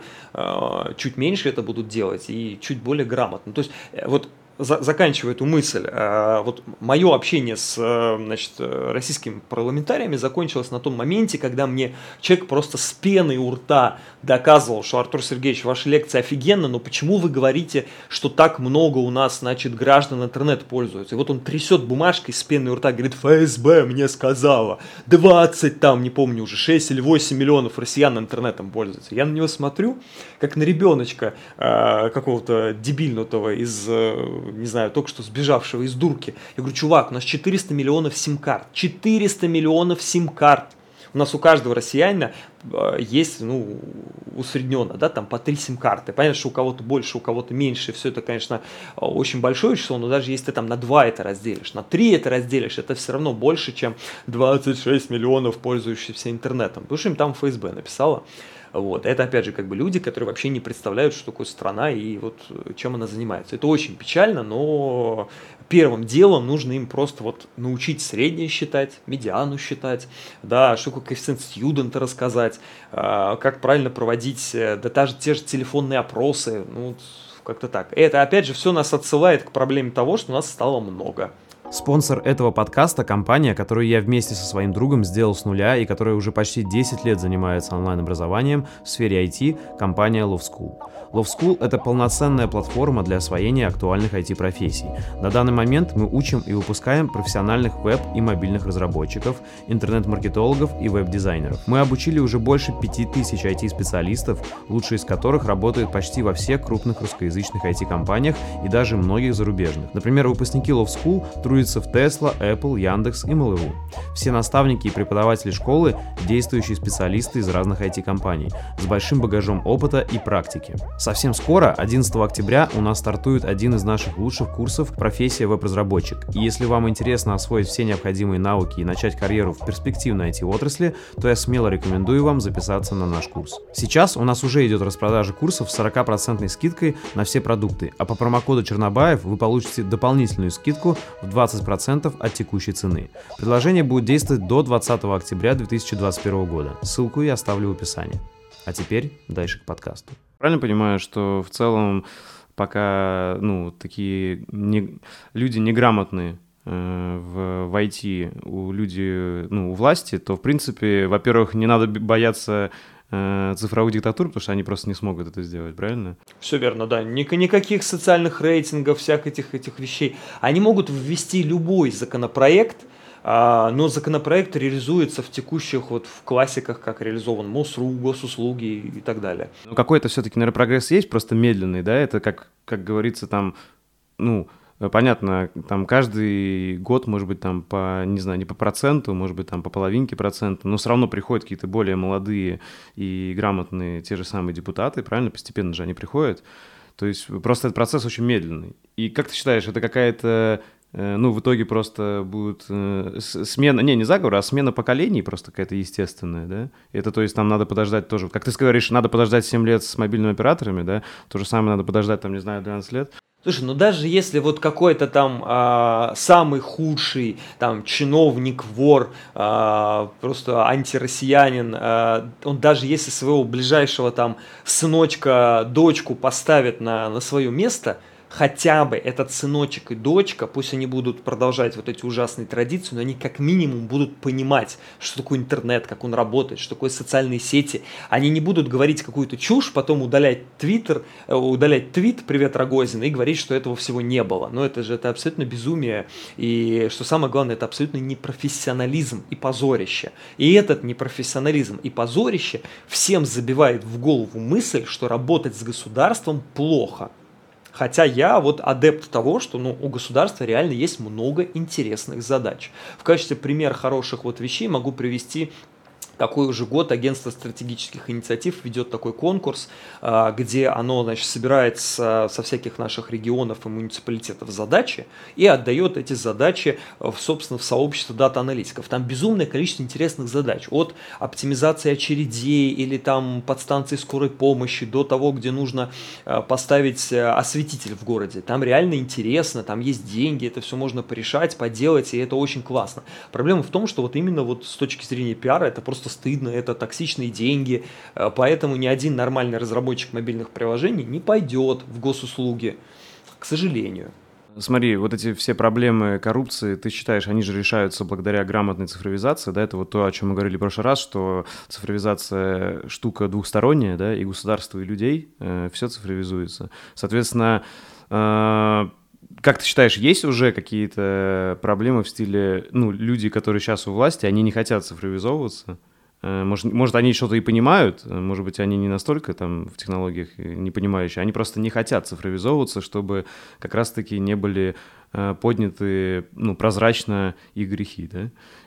чуть меньше это будут делать и чуть более грамотно. То есть, вот, заканчивая эту мысль, вот мое общение с, значит, российскими парламентариями закончилось на том моменте, когда мне человек просто с пеной у рта доказывал, что Артур Сергеевич, ваша лекция офигенна, но почему вы говорите, что так много у нас, значит, граждан интернет пользуются? И вот он трясет бумажкой с пеной у рта, говорит, ФСБ мне сказала, двадцать там, не помню уже, шесть или восемь миллионов россиян интернетом пользуются. Я на него смотрю, как на ребеночка э, какого-то дебильнутого из... не знаю, только что сбежавшего из дурки. Я говорю, чувак, у нас четыреста миллионов сим-карт. четыреста миллионов сим-карт. У нас у каждого россиянина есть, ну, усредненно, да, там по три сим-карты. Понятно, что у кого-то больше, у кого-то меньше. Все это, конечно, очень большое число, но даже если ты там на два это разделишь, на три это разделишь, это все равно больше, чем двадцать шесть миллионов пользующихся интернетом. Потому что им там ФСБ написала. Вот. Это, опять же, как бы люди, которые вообще не представляют, что такое страна и вот чем она занимается. Это очень печально, но первым делом нужно им просто вот научить среднее считать, медиану считать, да, что такое коэффициент студента рассказать, как правильно проводить, да даже те же телефонные опросы, ну, как-то так. Это, опять же, все нас отсылает к проблеме того, что нас стало много. Спонсор этого подкаста – компания, которую я вместе со своим другом сделал с нуля и которая уже почти десять лет занимается онлайн-образованием в сфере ай ти – компания LoveSchool. LoveSchool – это полноценная платформа для освоения актуальных ай ти-профессий. На данный момент мы учим и выпускаем профессиональных веб- и мобильных разработчиков, интернет-маркетологов и веб-дизайнеров. Мы обучили уже больше пяти тысяч ай ти-специалистов, лучшие из которых работают почти во всех крупных русскоязычных ай ти-компаниях и даже многих зарубежных. Например, выпускники LoveSchool трудятся в Tesla, Apple, Яндекс и Mail.ru. Все наставники и преподаватели школы – действующие специалисты из разных ай ти-компаний с большим багажом опыта и практики. Совсем скоро, одиннадцатого октября, у нас стартует один из наших лучших курсов «Профессия веб-разработчик». И если вам интересно освоить все необходимые навыки и начать карьеру в перспективной ай ти-отрасли, то я смело рекомендую вам записаться на наш курс. Сейчас у нас уже идет распродажа курсов с сорок процентов скидкой на все продукты, а по промокоду Чернобаев вы получите дополнительную скидку в двадцать процентов от текущей цены. Предложение будет действовать до двадцатого октября две тысячи двадцать первого года. Ссылку я оставлю в описании. А теперь дальше к подкасту. Правильно понимаю, что в целом пока, ну, такие не, люди неграмотные э, в, в ай ти, у люди, ну, у власти, то, в принципе, во-первых, не надо бояться э, цифровой диктатуры, потому что они просто не смогут это сделать, правильно? Все верно, да. Ник- никаких социальных рейтингов, всяких этих, этих вещей. Они могут ввести любой законопроект, а, но законопроект реализуется в текущих вот в классиках, как реализован МОСРУ, госуслуги и так далее. Ну, какой-то все-таки, наверное, прогресс есть, просто медленный, да? Это, как, как говорится, там, ну, понятно, там каждый год, может быть, там по, не знаю, не по проценту, может быть, там по половинке процента, но все равно приходят какие-то более молодые и грамотные те же самые депутаты, правильно? Постепенно же они приходят. То есть просто этот процесс очень медленный. И как ты считаешь, это какая-то, ну, в итоге просто будет смена, не, не заговор, а смена поколений просто какая-то естественная, да? Это, то есть, там надо подождать тоже, как ты говоришь, надо подождать семь лет с мобильными операторами, да? То же самое надо подождать, там, не знаю, двенадцать лет. Слушай, ну даже если вот какой-то там а, самый худший там чиновник, вор, а, просто антироссиянин, а, он даже если своего ближайшего там сыночка, дочку поставит на, на свое место, хотя бы этот сыночек и дочка, пусть они будут продолжать вот эти ужасные традиции, но они как минимум будут понимать, что такое интернет, как он работает, что такое социальные сети. Они не будут говорить какую-то чушь, потом удалять твиттер, удалять твит «Привет, Рогозин» и говорить, что этого всего не было. Но это же это абсолютно безумие. И что самое главное, это абсолютно непрофессионализм и позорище. И этот непрофессионализм и позорище всем забивает в голову мысль, что работать с государством плохо. Хотя я вот адепт того, что ну, у государства реально есть много интересных задач. В качестве примера хороших вот вещей могу привести такой уже год агентство стратегических инициатив ведет такой конкурс, где оно, значит, собирает со, со всяких наших регионов и муниципалитетов задачи и отдает эти задачи, в, собственно, в сообщество дата-аналитиков. Там безумное количество интересных задач. От оптимизации очередей или там подстанции скорой помощи до того, где нужно поставить осветитель в городе. Там реально интересно, там есть деньги, это все можно порешать, поделать, и это очень классно. Проблема в том, что вот именно вот с точки зрения пиара это просто стыдно, это токсичные деньги, поэтому ни один нормальный разработчик мобильных приложений не пойдет в госуслуги, к сожалению. Смотри, вот эти все проблемы коррупции, ты считаешь, они же решаются благодаря грамотной цифровизации, да, это вот то, о чем мы говорили в прошлый раз, что цифровизация штука двухсторонняя, да, и государство, и людей, э, все цифровизуется. Соответственно, э, как ты считаешь, есть уже какие-то проблемы в стиле, ну, люди, которые сейчас у власти, они не хотят цифровизовываться? Может, может, они что-то и понимают, может быть, они не настолько там в технологиях не понимающие, они просто не хотят цифровизовываться, чтобы как раз-таки не были э, подняты, ну, прозрачно их грехи, да?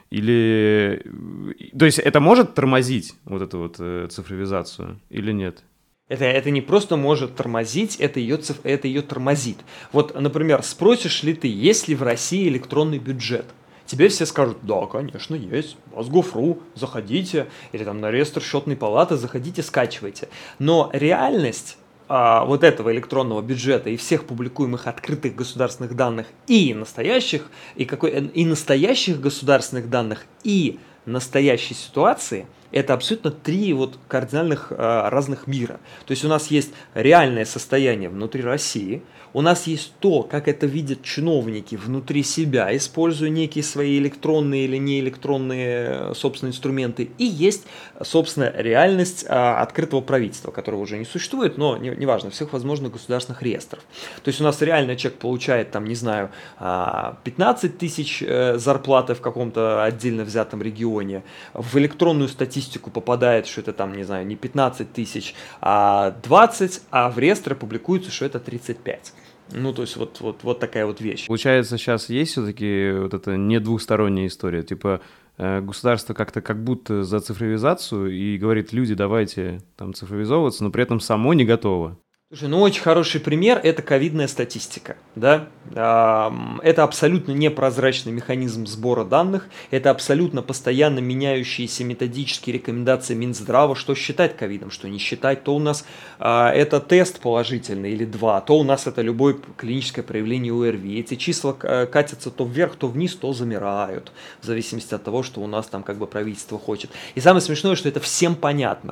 Или... То есть это может тормозить вот эту вот э, цифровизацию или нет? Это, это не просто может тормозить, это ее, это ее тормозит. Вот, например, спросишь ли ты, есть ли в России электронный бюджет? Тебе все скажут, да, конечно, есть, Мосгофру, заходите, или там на реестр счетной палаты, заходите, скачивайте. Но реальность а, вот этого электронного бюджета и всех публикуемых открытых государственных данных и настоящих, и, какой, и настоящих государственных данных, и настоящей ситуации, это абсолютно три вот кардинальных а, разных мира. То есть у нас есть реальное состояние внутри России, у нас есть то, как это видят чиновники внутри себя, используя некие свои электронные или неэлектронные, собственно, инструменты. И есть, собственно, реальность а, открытого правительства, которого уже не существует, но неважно, не всех возможных государственных реестров. То есть у нас реально человек получает, там, не знаю, пятнадцать тысяч зарплаты в каком-то отдельно взятом регионе. В электронную статистику попадает, что это там, не знаю, не пятнадцать тысяч, а двадцать, а в реестре публикуется, что это тридцать пять. Ну, то есть вот, вот, вот такая вот вещь. Получается, сейчас есть все-таки вот эта не двухсторонняя история, типа государство как-то как будто за цифровизацию и говорит, люди, давайте там цифровизовываться, но при этом само не готово. Слушай, ну очень хороший пример – это ковидная статистика, да, это абсолютно непрозрачный механизм сбора данных, это абсолютно постоянно меняющиеся методические рекомендации Минздрава, что считать ковидом, что не считать, то у нас а, это тест положительный или два, то у нас это любое клиническое проявление ОРВИ, эти числа катятся то вверх, то вниз, то замирают, в зависимости от того, что у нас там как бы правительство хочет. И самое смешное, что это всем понятно.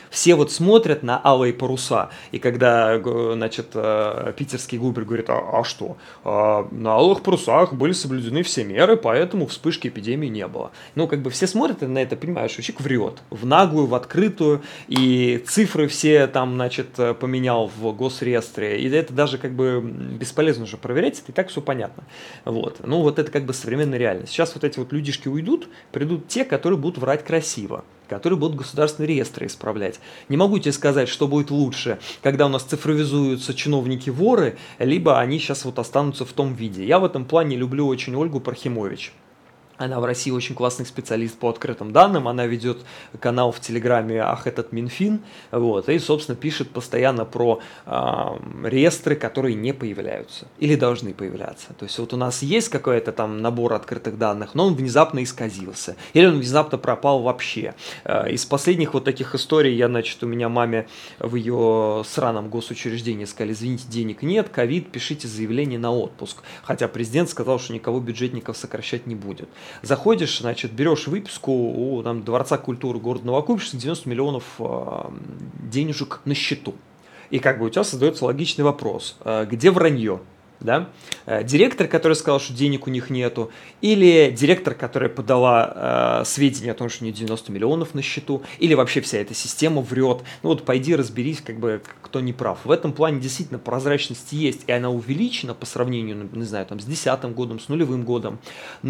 Все вот смотрят на алые паруса, и когда, значит, питерский губер говорит, а, а что? А, на алых парусах были соблюдены все меры, поэтому вспышки эпидемии не было. Ну, как бы все смотрят на это, понимаешь, что человек врет. В наглую, в открытую, и цифры все там, значит, поменял в госреестре, и это даже как бы бесполезно уже проверять, это и так все понятно. Вот. Ну, вот это как бы современная реальность. Сейчас вот эти вот людишки уйдут, придут те, которые будут врать красиво, которые будут государственные реестры исправлять. Не могу тебе сказать, что будет лучше, когда у нас цифровизуются чиновники-воры, либо они сейчас вот останутся в том виде. Я в этом плане люблю очень Ольгу Пархимович. Она в России очень классный специалист по открытым данным, она ведет канал в Телеграме «Ах, этот Минфин», вот, и, собственно, пишет постоянно про э, реестры, которые не появляются или должны появляться. То есть вот у нас есть какой-то там набор открытых данных, но он внезапно исказился, или он внезапно пропал вообще. Э, из последних вот таких историй, я, значит, у меня маме в ее сраном госучреждении сказали, извините, денег нет, ковид, пишите заявление на отпуск, хотя президент сказал, что никого бюджетников сокращать не будет. Заходишь, значит, берешь выписку у там, Дворца культуры города Новокуйбышевск, девяносто миллионов э, денежек на счету. И как бы у тебя создается логичный вопрос, э, где вранье? Да? Э, директор, который сказал, что денег у них нету, или директор, которая подала э, сведения о том, что у нее девяносто миллионов на счету, или вообще вся эта система врет. Ну вот пойди разберись, как бы, кто не прав. В этом плане действительно прозрачность есть, и она увеличена по сравнению, не знаю, там, с десятым годом, с нулевым годом,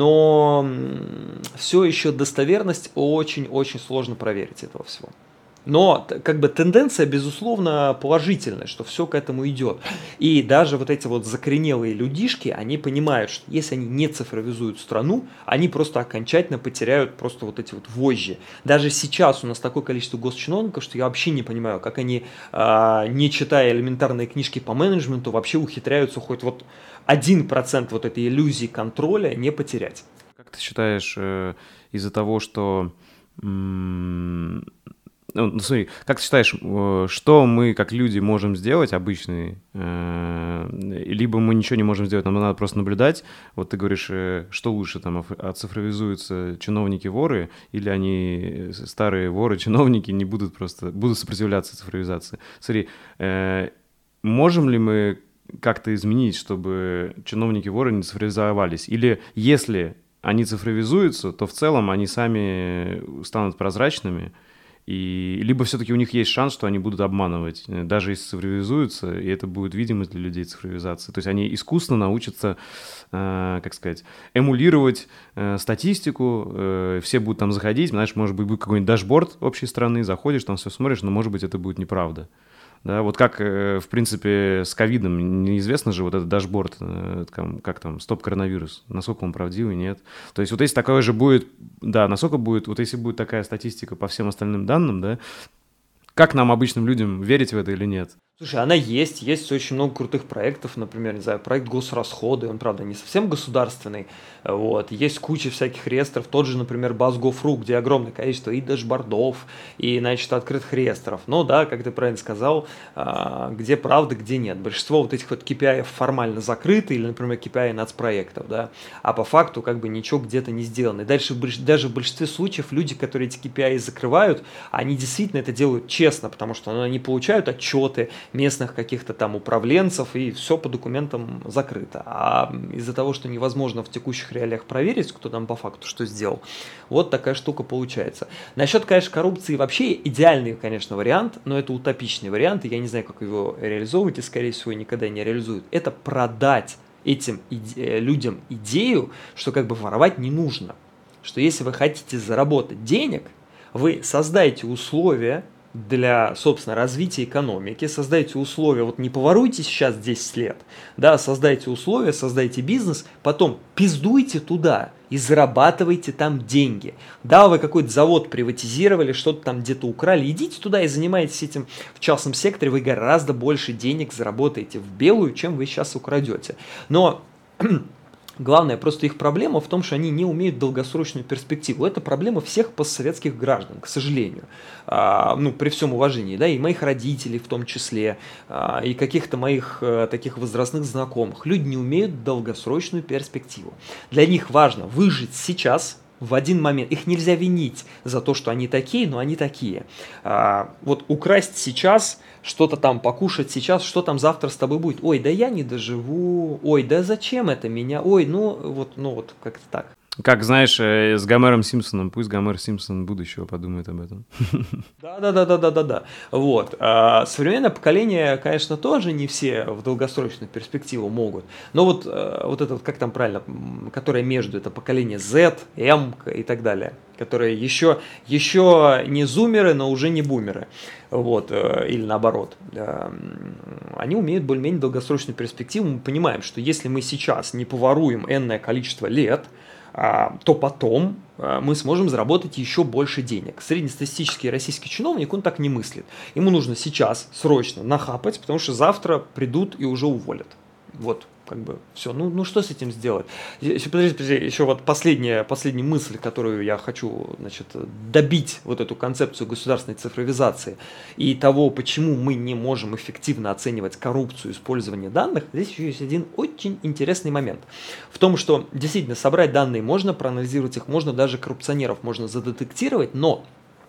но все еще достоверность очень-очень сложно проверить этого всего. Но как бы тенденция, безусловно, положительная, что все к этому идет. И даже вот эти вот закоренелые людишки, они понимают, что если они не цифровизуют страну, они просто окончательно потеряют просто вот эти вот вожжи. Даже сейчас у нас такое количество госчиновников, что я вообще не понимаю, как они, не читая элементарные книжки по менеджменту, вообще ухитряются хоть вот один процент вот этой иллюзии контроля не потерять. Как ты считаешь, из-за того, что... Ну, смотри, как ты считаешь, что мы, как люди, можем сделать, обычные, либо мы ничего не можем сделать, нам надо просто наблюдать. Вот ты говоришь, что лучше, там, оцифровизуются чиновники-воры, или они, старые воры-чиновники, не будут просто, будут сопротивляться цифровизации. Смотри, можем ли мы как-то изменить, чтобы чиновники-воры не цифровизовались? Или если они цифровизуются, то в целом они сами станут прозрачными, и либо все-таки у них есть шанс, что они будут обманывать, даже если цифровизуются, и это будет видимость для людей цифровизации. То есть они искусно научатся, э, как сказать, эмулировать э, статистику, э, все будут там заходить, знаешь, может быть, будет какой-нибудь дашборд общей страны, заходишь, там все смотришь, но, может быть, это будет неправда. Да, вот как, в принципе, с ковидом, неизвестно же вот этот дашборд, как там, стоп-коронавирус, насколько он правдивый, нет. То есть вот если такое же будет, да, насколько будет, вот если будет такая статистика по всем остальным данным, да, как нам, обычным людям, верить в это или нет? Слушай, она есть, есть очень много крутых проектов, например, не знаю, проект госрасходы, он, правда, не совсем государственный, вот, есть куча всяких реестров, тот же, например, Базгофру, где огромное количество и дашбордов, и, значит, открытых реестров, но, да, как ты правильно сказал, где правда, где нет, большинство вот этих вот кей пи ай формально закрыты, или, например, кей пи ай нацпроектов, да, а по факту, как бы, ничего где-то не сделано, и дальше, даже в большинстве случаев люди, которые эти кей пи ай закрывают, они действительно это делают честно, потому что ну, они получают отчеты местных каких-то там управленцев, и все по документам закрыто. А из-за того, что невозможно в текущих реалиях проверить, кто там по факту что сделал, вот такая штука получается. Насчет, конечно, коррупции вообще идеальный, конечно, вариант, но это утопичный вариант, и я не знаю, как его реализовывать, и, скорее всего, никогда не реализуют. Это продать этим иде- людям идею, что как бы воровать не нужно. Что если вы хотите заработать денег, вы создайте условия для, собственно, развития экономики, создайте условия, вот не поворуйте сейчас десять лет, да, создайте условия, создайте бизнес, потом пиздуйте туда и зарабатывайте там деньги. Да, вы какой-то завод приватизировали, что-то там где-то украли, идите туда и занимайтесь этим в частном секторе, вы гораздо больше денег заработаете в белую, чем вы сейчас украдете. Но главное, просто их проблема в том, что они не умеют долгосрочную перспективу. Это проблема всех постсоветских граждан, к сожалению. А, ну, при всем уважении, да, и моих родителей в том числе, а, и каких-то моих а, таких возрастных знакомых. Люди не умеют долгосрочную перспективу. Для них важно выжить сейчас, в один момент. Их нельзя винить за то, что они такие, но они такие. А, вот украсть сейчас, что-то там покушать сейчас, что там завтра с тобой будет? Ой, да я не доживу. Ой, да зачем это меня? Ой, ну вот, ну вот как-то так. Как, знаешь, э, с Гомером Симпсоном. Пусть Гомер Симпсон будущего подумает об этом. Да-да-да-да-да-да-да. Вот. А современное поколение, конечно, тоже не все в долгосрочную перспективу могут. Но вот, вот это вот, как там правильно, которое между, это поколение Z, M и так далее. Которые еще, еще не зумеры, но уже не бумеры. Вот. Или наоборот. Они умеют более-менее долгосрочную перспективу. Мы понимаем, что если мы сейчас не поворуем энное количество лет, то потом мы сможем заработать еще больше денег. Среднестатистический российский чиновник, он так не мыслит. Ему нужно сейчас срочно нахапать, потому что завтра придут и уже уволят. Вот, как бы, все. Ну, ну что с этим сделать? Еще, подождите, подождите, еще вот последняя, последняя мысль, которую я хочу, значит, добить вот эту концепцию государственной цифровизации и того, почему мы не можем эффективно оценивать коррупцию использования данных. Здесь еще есть один очень интересный момент. В том, что действительно собрать данные можно, проанализировать их можно, даже коррупционеров можно задетектировать, но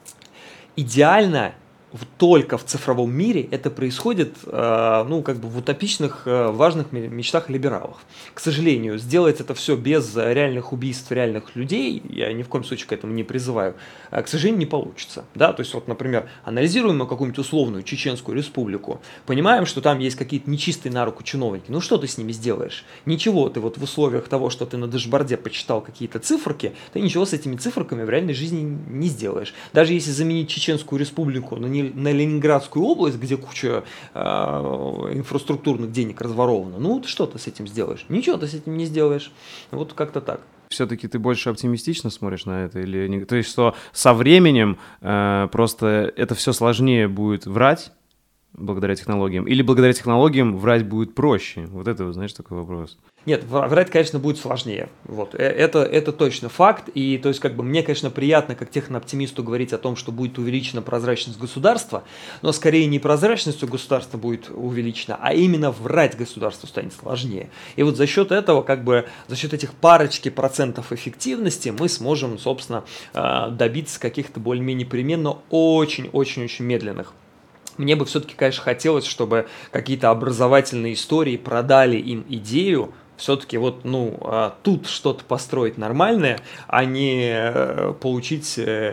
идеально только в цифровом мире это происходит, ну, как бы в утопичных, важных мечтах либералов. К сожалению, сделать это все без реальных убийств реальных людей, я ни в коем случае к этому не призываю, к сожалению, не получится. Да? То есть, вот, например, анализируем мы какую-нибудь условную Чеченскую республику, понимаем, что там есть какие-то нечистые на руку чиновники, ну что ты с ними сделаешь? Ничего, ты вот в условиях того, что ты на дэшборде почитал какие-то циферки, ты ничего с этими циферками в реальной жизни не сделаешь. Даже если заменить Чеченскую республику на не на Ленинградскую область, где куча э, инфраструктурных денег разворована, ну что ты с этим сделаешь? Ничего ты с этим не сделаешь. Вот как-то так. Все-таки ты больше оптимистично смотришь на это? Или не? То есть, что со временем э, просто это все сложнее будет врать благодаря технологиям? Или благодаря технологиям врать будет проще? Вот это, знаешь, такой вопрос. Нет, врать, конечно, будет сложнее. Вот. Это, это точно факт. И то есть, как бы, мне, конечно, приятно, как технооптимисту, говорить о том, что будет увеличена прозрачность государства, но скорее не прозрачностью государства будет увеличена, а именно врать государству станет сложнее. И вот за счет этого, как бы, за счет этих парочки процентов эффективности мы сможем, собственно, добиться каких-то более-менее перемен, но очень-очень-очень медленных. Мне бы все-таки, конечно, хотелось, чтобы какие-то образовательные истории продали им идею, все-таки вот, ну, тут что-то построить нормальное, а не получить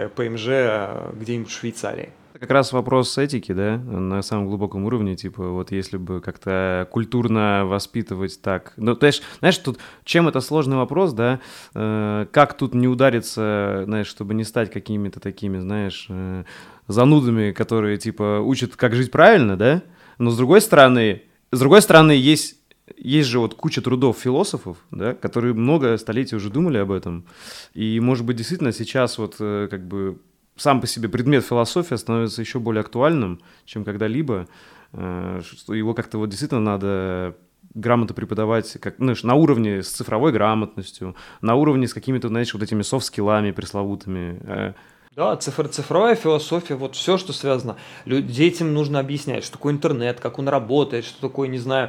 ПМЖ где-нибудь в Швейцарии. Это как раз вопрос этики, да, на самом глубоком уровне, типа, вот если бы как-то культурно воспитывать так. Ну, то есть, знаешь, тут, чем это сложный вопрос, да, э, как тут не удариться, знаешь, чтобы не стать какими-то такими, знаешь, э, занудами, которые, типа, учат, как жить правильно, да, но с другой стороны, с другой стороны, есть... Есть же вот куча трудов философов, да, которые много столетий уже думали об этом. И, может быть, действительно сейчас вот как бы сам по себе предмет философия становится еще более актуальным, чем когда-либо. Что его как-то вот действительно надо грамотно преподавать как, ну, на уровне с цифровой грамотностью, на уровне с какими-то, знаешь, вот этими софт-скиллами пресловутыми. Да, цифр, цифровая философия, вот все, что связано. Люд, детям нужно объяснять, что такое интернет, как он работает, что такое, не знаю,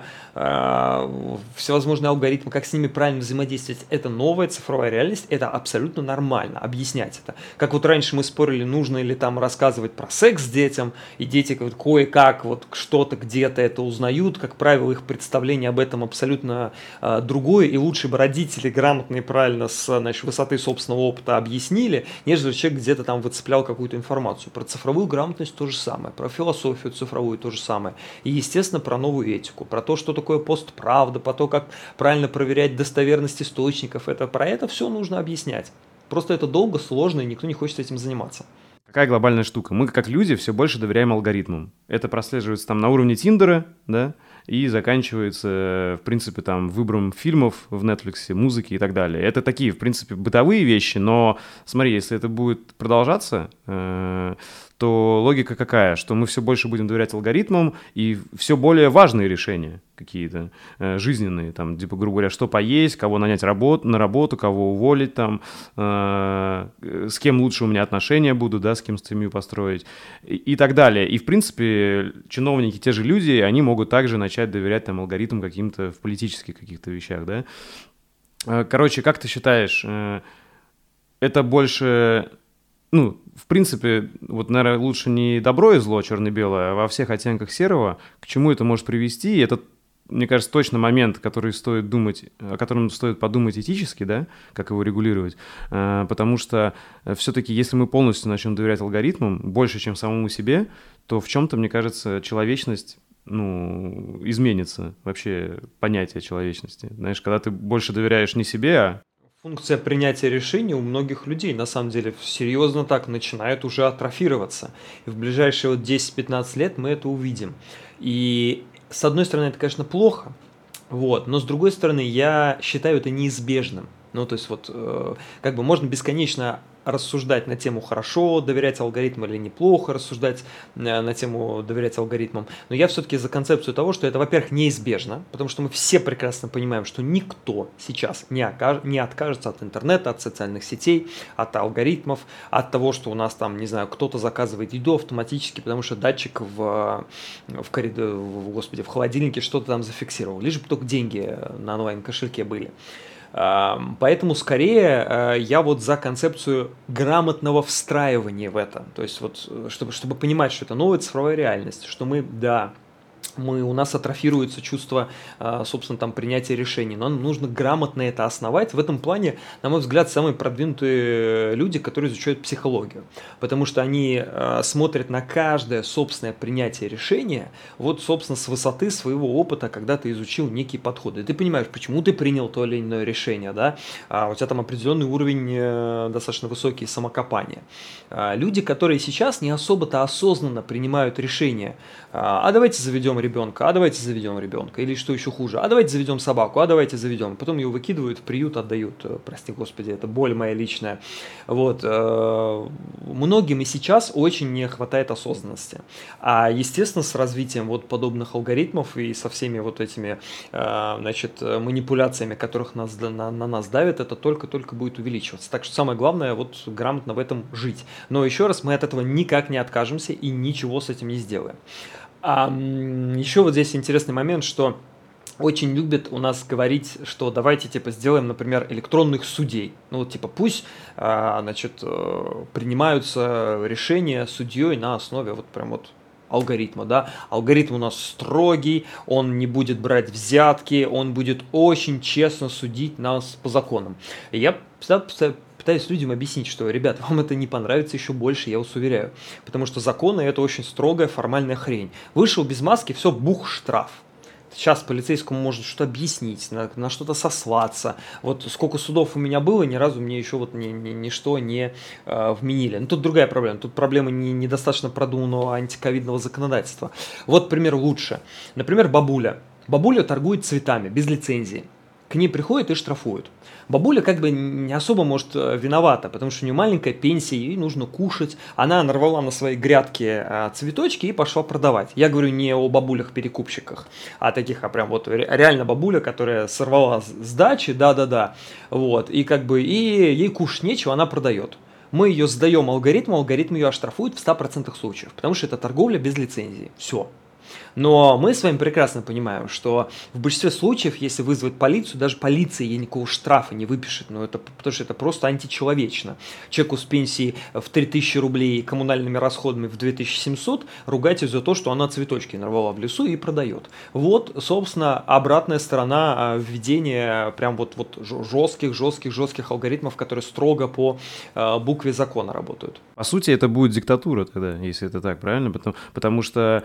э, всевозможные алгоритмы, как с ними правильно взаимодействовать. Это новая цифровая реальность, это абсолютно нормально, объяснять это. Как вот раньше мы спорили, нужно ли там рассказывать про секс детям, и дети вот, кое-как вот что-то где-то это узнают, как правило, их представление об этом абсолютно э, другое, и лучше бы родители грамотно и правильно с, значит, высоты собственного опыта объяснили, нежели человек где-то там выцеплял какую-то информацию. Про цифровую грамотность то же самое, про философию цифровую то же самое. И, естественно, про новую этику, про то, что такое постправда, про то, как правильно проверять достоверность источников. Это, про это все нужно объяснять. Просто это долго, сложно, и никто не хочет этим заниматься. Какая глобальная штука? Мы, как люди, все больше доверяем алгоритмам. Это прослеживается там на уровне Тиндера, да, и заканчивается, в принципе, там, выбором фильмов в Netflix, музыки и так далее. Это такие, в принципе, бытовые вещи, но смотри, если это будет продолжаться, э- то логика какая? Что мы все больше будем доверять алгоритмам, и все более важные решения какие-то э, жизненные, там, типа, грубо говоря, что поесть, кого нанять работ, на работу, кого уволить, там, э, с кем лучше у меня отношения будут, да, с кем семью построить и, и так далее. И, в принципе, чиновники, те же люди, они могут также начать доверять там алгоритмам каким-то в политических каких-то вещах, да. Короче, как ты считаешь, э, это больше, ну, в принципе, вот, наверное, лучше не добро и зло, черно-белое, а во всех оттенках серого, к чему это может привести, и это, мне кажется, точно момент, который стоит думать, о котором стоит подумать этически, да, как его регулировать, потому что все-таки, если мы полностью начнем доверять алгоритмам, больше, чем самому себе, то в чем-то, мне кажется, человечность, ну, изменится, вообще понятие человечности. Знаешь, когда ты больше доверяешь не себе, а Функция принятия решений у многих людей, на самом деле, серьезно так начинает уже атрофироваться. И в ближайшие вот десять-пятнадцать лет мы это увидим. И с одной стороны, это, конечно, плохо, вот, но с другой стороны, я считаю это неизбежным. Ну, то есть вот, э, как бы можно бесконечно рассуждать на тему хорошо доверять алгоритмам или неплохо рассуждать э, на тему доверять алгоритмам. Но я все-таки за концепцию того, что это, во-первых, неизбежно, потому что мы все прекрасно понимаем, что никто сейчас не, окаж... не откажется от интернета, от социальных сетей, от алгоритмов, от того, что у нас там, не знаю, кто-то заказывает еду автоматически, потому что датчик в, в, коридор... в, господи, в холодильнике что-то там зафиксировал, лишь бы только деньги на онлайн-кошельке были. Поэтому скорее я вот за концепцию грамотного встраивания в это. То есть вот чтобы, чтобы понимать, что это новая цифровая реальность, что мы, да, мы, у нас атрофируется чувство, собственно, там, принятия решений. Но нам нужно грамотно это основать. В этом плане, на мой взгляд, самые продвинутые люди, которые изучают психологию. Потому что они смотрят на каждое собственное принятие решения, вот, собственно, с высоты своего опыта, когда ты изучил некие подходы. И ты понимаешь, почему ты принял то или иное решение, да? А у тебя там определенный уровень достаточно высокий самокопания. Люди, которые сейчас не особо-то осознанно принимают решения, а давайте заведем ребенка, а давайте заведем ребенка, или что еще хуже, а давайте заведем собаку, а давайте заведем. Потом ее выкидывают в приют, отдают, прости господи, это боль моя личная. Вот. Многим и сейчас очень не хватает осознанности. А естественно с развитием вот подобных алгоритмов и со всеми вот этими, значит, манипуляциями, которых нас, на, на нас давят, это только-только будет увеличиваться. Так что самое главное вот грамотно в этом жить. Но еще раз, мы от этого никак не откажемся и ничего с этим не сделаем. А еще вот здесь интересный момент, что очень любят у нас говорить, что давайте типа сделаем, например, электронных судей. Ну вот типа пусть, значит, принимаются решения судьей на основе вот прям вот алгоритма, да. Алгоритм у нас строгий, он не будет брать взятки, он будет очень честно судить нас по законам. И я всегда пытаюсь людям объяснить, что, ребят, вам это не понравится еще больше, я вас уверяю. Потому что законы – это очень строгая формальная хрень. Вышел без маски, все, бух, штраф. Сейчас полицейскому может что-то объяснить, на, на что-то сослаться. Вот сколько судов у меня было, ни разу мне еще вот ни, ни, ничто не э, вменили. Но тут другая проблема. Тут проблема не, недостаточно продуманного антиковидного законодательства. Вот пример лучше. Например, бабуля. Бабуля торгует цветами без лицензии. К ней приходят и штрафуют. Бабуля как бы не особо, может, виновата, потому что у нее маленькая пенсия, ей нужно кушать. Она нарвала на своей грядке цветочки и пошла продавать. Я говорю не о бабулях-перекупщиках, а таких, а прям вот реально бабуля, которая сорвала с дачи, да-да-да, вот, и как бы, и ей кушать нечего, она продает. Мы ее сдаем алгоритму, алгоритм ее оштрафует в ста процентах случаев, потому что это торговля без лицензии. Все. Но мы с вами прекрасно понимаем, что в большинстве случаев, если вызвать полицию, даже полиция ей никакого штрафа не выпишет, ну, это, потому что это просто античеловечно. Человеку с пенсией в три тысячи рублей и коммунальными расходами в две тысячи семьсот ругать ее за то, что она цветочки нарвала в лесу и продает. Вот, собственно, обратная сторона введения прям вот, вот жестких, жестких, жестких алгоритмов, которые строго по букве закона работают. По сути, это будет диктатура тогда, если это так, правильно? Потому, потому что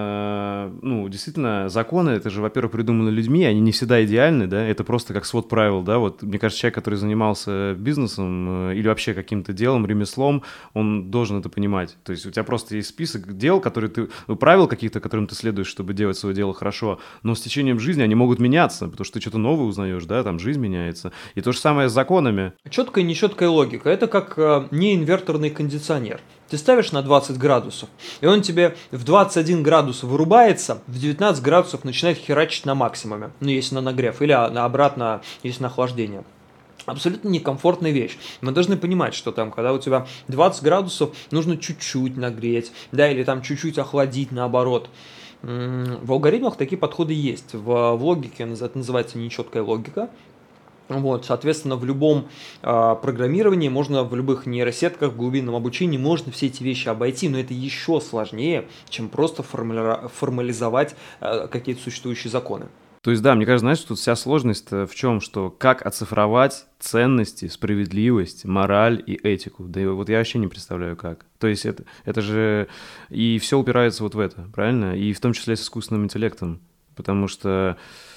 ну, действительно, законы, это же, во-первых, придуманы людьми, они не всегда идеальны, да, это просто как свод правил, да, вот, мне кажется, человек, который занимался бизнесом или вообще каким-то делом, ремеслом, он должен это понимать, то есть у тебя просто есть список дел, которые ты, правил каких-то, которым ты следуешь, чтобы делать свое дело хорошо, но с течением жизни они могут меняться, потому что ты что-то новое узнаешь, да, там жизнь меняется, и то же самое с законами. Четкая и нечеткая логика, это как э, неинверторный кондиционер. Ты ставишь на двадцать градусов, и он тебе в двадцать один градус вырубается, в девятнадцать градусов начинает херачить на максимуме, ну, если на нагрев, или обратно, если на охлаждение. Абсолютно некомфортная вещь. Мы должны понимать, что там, когда у тебя двадцать градусов, нужно чуть-чуть нагреть, да, или там чуть-чуть охладить, наоборот. В алгоритмах такие подходы есть. В логике это называется нечеткая логика. Вот, соответственно, в любом а, программировании можно, в любых нейросетках, в глубинном обучении можно все эти вещи обойти, но это еще сложнее, чем просто формуля- формализовать а, какие-то существующие законы. То есть, да, мне кажется, знаешь, тут вся сложность в чем, что как оцифровать ценности, справедливость, мораль и этику. Да и вот я вообще не представляю, как. То есть это, это же... И все упирается вот в это, правильно? И в том числе с искусственным интеллектом. Потому что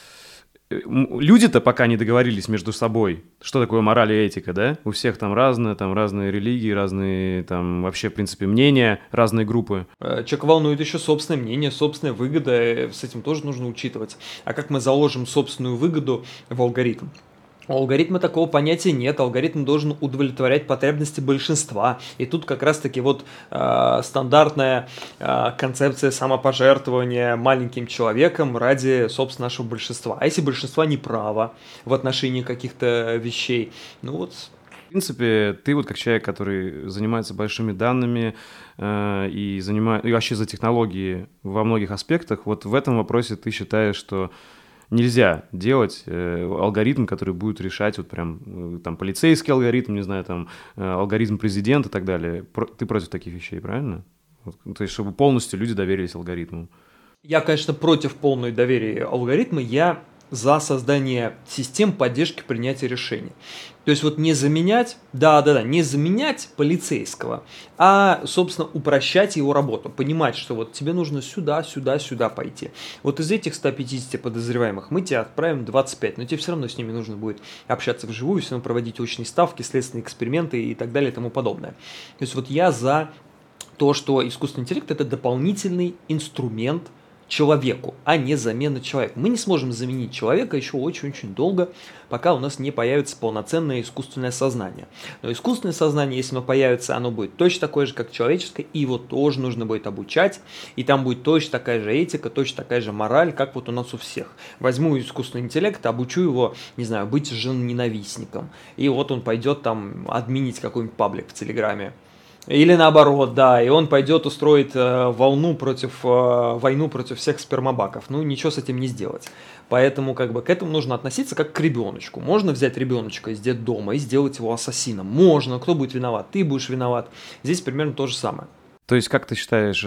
люди-то пока не договорились между собой, что такое мораль и этика, да? У всех там разные, там разные религии, разные там вообще, в принципе, мнения, разные группы. Человек волнует еще собственное мнение, собственная выгода, с этим тоже нужно учитывать. А как мы заложим собственную выгоду в алгоритм? У алгоритма такого понятия нет, алгоритм должен удовлетворять потребности большинства. И тут как раз-таки вот э, стандартная э, концепция самопожертвования маленьким человеком ради, собственно, нашего большинства. А если большинство не право в отношении каких-то вещей, ну вот... В принципе, ты вот как человек, который занимается большими данными э, и, занимает, и вообще за технологии во многих аспектах, вот в этом вопросе ты считаешь, что нельзя делать э, алгоритм, который будет решать вот прям э, там полицейский алгоритм, не знаю, там э, алгоритм президента и так далее. Про, ты против таких вещей, правильно? Вот, то есть, чтобы полностью люди доверились алгоритму. Я, конечно, против полной доверия алгоритма, я за создание систем поддержки принятия решений. То есть вот не заменять, да-да-да, не заменять полицейского, а, собственно, упрощать его работу, понимать, что вот тебе нужно сюда, сюда, сюда пойти. Вот из этих ста пятидесяти подозреваемых мы тебя отправим двадцать пять, но тебе все равно с ними нужно будет общаться вживую, все равно проводить очные ставки, следственные эксперименты и так далее и тому подобное. То есть вот я за то, что искусственный интеллект – это дополнительный инструмент человеку, а не замена человека. Мы не сможем заменить человека еще очень-очень долго, пока у нас не появится полноценное искусственное сознание. Но искусственное сознание, если оно появится, оно будет точно такое же, как человеческое, и его тоже нужно будет обучать, и там будет точно такая же этика, точно такая же мораль, как вот у нас у всех. Возьму искусственный интеллект, обучу его, не знаю, быть женоненавистником, и вот он пойдет там админить какой-нибудь паблик в Телеграме. Или наоборот, да, и он пойдет устроить э, волну против, э, войну против всех спермобаков. Ну, ничего с этим не сделать. Поэтому как бы к этому нужно относиться как к ребеночку. Можно взять ребеночка из детдома и сделать его ассасином. Можно, кто будет виноват? Ты будешь виноват. Здесь примерно то же самое. То есть, как ты считаешь,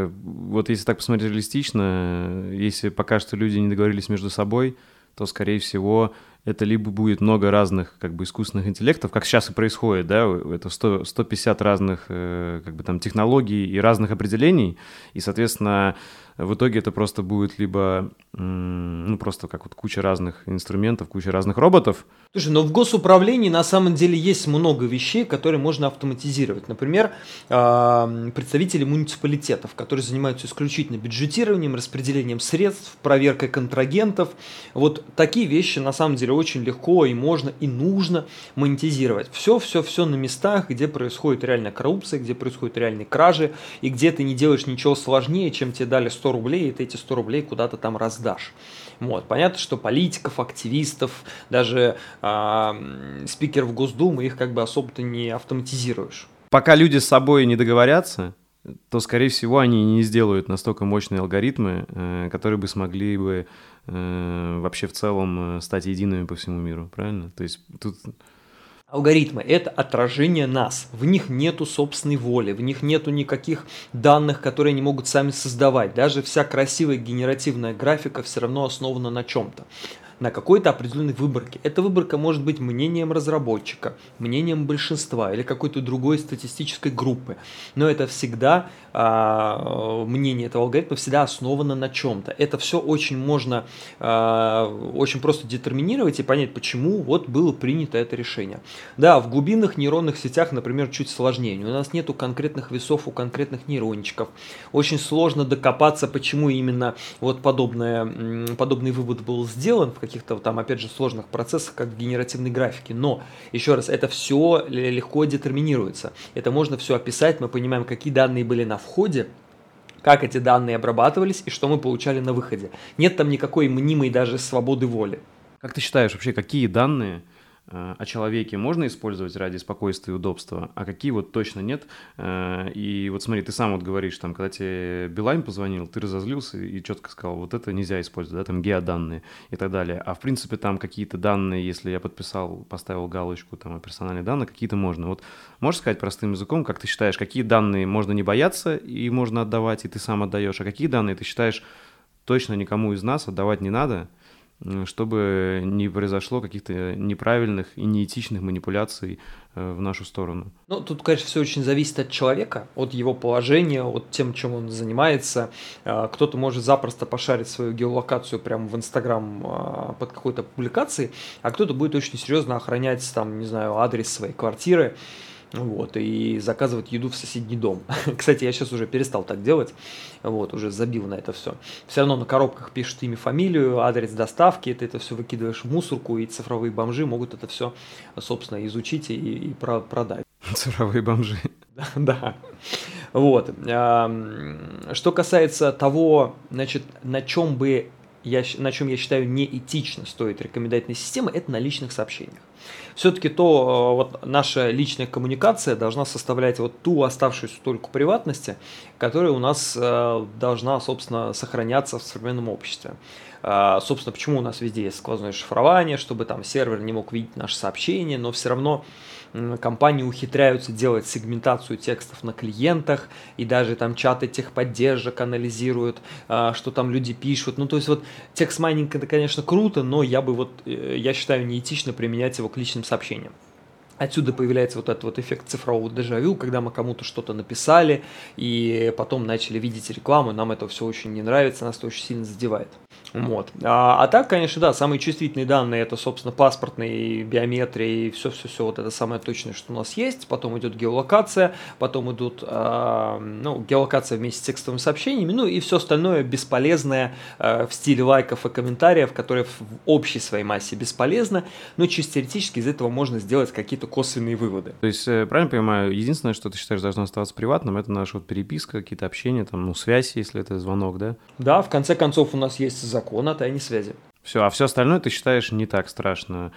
вот если так посмотреть реалистично, если пока что люди не договорились между собой, то, скорее всего, это либо будет много разных как бы искусственных интеллектов, как сейчас и происходит, да, это сто, сто пятьдесят разных как бы там технологий и разных определений, и, соответственно, в итоге это просто будет либо, ну, просто как вот куча разных инструментов, куча разных роботов. Слушай, но в госуправлении на самом деле есть много вещей, которые можно автоматизировать. Например, представители муниципалитетов, которые занимаются исключительно бюджетированием, распределением средств, проверкой контрагентов. Вот такие вещи на самом деле очень легко и можно, и нужно монетизировать. Все-все-все на местах, где происходит реальная коррупция, где происходят реальные кражи, и где ты не делаешь ничего сложнее, чем тебе дали сто рублей, и ты эти сто рублей куда-то там раздашь. Вот. Понятно, что политиков, активистов, даже э, спикеров Госдумы, их как бы особо-то не автоматизируешь. Пока люди с собой не договорятся, то, скорее всего, они не сделают настолько мощные алгоритмы, э, которые бы смогли бы э, вообще в целом стать едиными по всему миру, правильно? То есть тут... Алгоритмы – это отражение нас, в них нету собственной воли, в них нету никаких данных, которые они могут сами создавать. Даже вся красивая генеративная графика все равно основана на чем-то, на какой-то определенной выборке. Эта выборка может быть мнением разработчика, мнением большинства или какой-то другой статистической группы. Но это всегда, э, мнение этого алгоритма всегда основано на чем-то. Это все очень можно, э, очень просто детерминировать и понять, почему вот было принято это решение. Да, в глубинных нейронных сетях, например, чуть сложнее. У нас нету конкретных весов у конкретных нейрончиков. Очень сложно докопаться, почему именно вот подобное, подобный вывод был сделан в каких-то там, опять же, сложных процессах, как в генеративной графике. Но, еще раз, это все легко детерминируется. Это можно все описать, мы понимаем, какие данные были на входе, как эти данные обрабатывались и что мы получали на выходе. Нет там никакой мнимой даже свободы воли. Как ты считаешь вообще, какие данные э, о человеке можно использовать ради спокойствия и удобства, а какие вот точно нет. Э, и вот смотри, ты сам вот говоришь, там, когда тебе Билайн позвонил, ты разозлился и четко сказал, вот это нельзя использовать, да, там геоданные и так далее. А в принципе там какие-то данные, если я подписал, поставил галочку там о персональных данных, какие-то можно. Вот можешь сказать простым языком, как ты считаешь, какие данные можно не бояться и можно отдавать, и ты сам отдаешь, а какие данные ты считаешь точно никому из нас отдавать не надо, чтобы не произошло каких-то неправильных и неэтичных манипуляций в нашу сторону? Ну, тут, конечно, все очень зависит от человека, от его положения, от тем, чем он занимается. Кто-то может запросто пошарить свою геолокацию прямо в Инстаграм под какой-то публикацией, а кто-то будет очень серьезно охранять, там, не знаю, адрес своей квартиры. Вот, и заказывать еду в соседний дом. Кстати, я сейчас уже перестал так делать, вот, уже забил на это все. Все равно на коробках пишут имя, фамилию, адрес доставки, ты это все выкидываешь в мусорку, и цифровые бомжи могут это все, собственно, изучить и, и про- продать. Цифровые бомжи. Да. Вот. Что касается того, значит, на чем бы я, на чем я считаю неэтично стоит рекомендательной системы, это на личных сообщениях. Все-таки то, вот наша личная коммуникация должна составлять вот ту оставшуюся только приватности, которая у нас э, должна, собственно, сохраняться в современном обществе. Э, собственно, почему у нас везде есть сквозное шифрование, чтобы там сервер не мог видеть наши сообщения, но все равно компании ухитряются делать сегментацию текстов на клиентах, и даже там чаты техподдержек анализируют, что там люди пишут. Ну, то есть вот текст-майнинг это, конечно, круто, но я бы вот, я считаю, неэтично применять его к личным сообщениям. Отсюда появляется вот этот вот эффект цифрового дежавю, когда мы кому-то что-то написали, и потом начали видеть рекламу, нам это все очень не нравится, нас это очень сильно задевает. Вот. А, а так, конечно, да, самые чувствительные данные это, собственно, паспортные, биометрия и все-все-все, вот это самое точное, что у нас есть. Потом идет геолокация, потом идут, а, ну, геолокация вместе с текстовыми сообщениями, ну и все остальное бесполезное а, в стиле лайков и комментариев, которое в общей своей массе бесполезно, но чисто теоретически из этого можно сделать какие-то косвенные выводы. То есть, правильно понимаю, единственное, что ты считаешь должно оставаться приватным, это наша вот переписка, какие-то общения, там, ну, связь, если это звонок, да? Да, в конце концов у нас есть закон о тайне связи. Все, а все остальное ты считаешь не так страшно,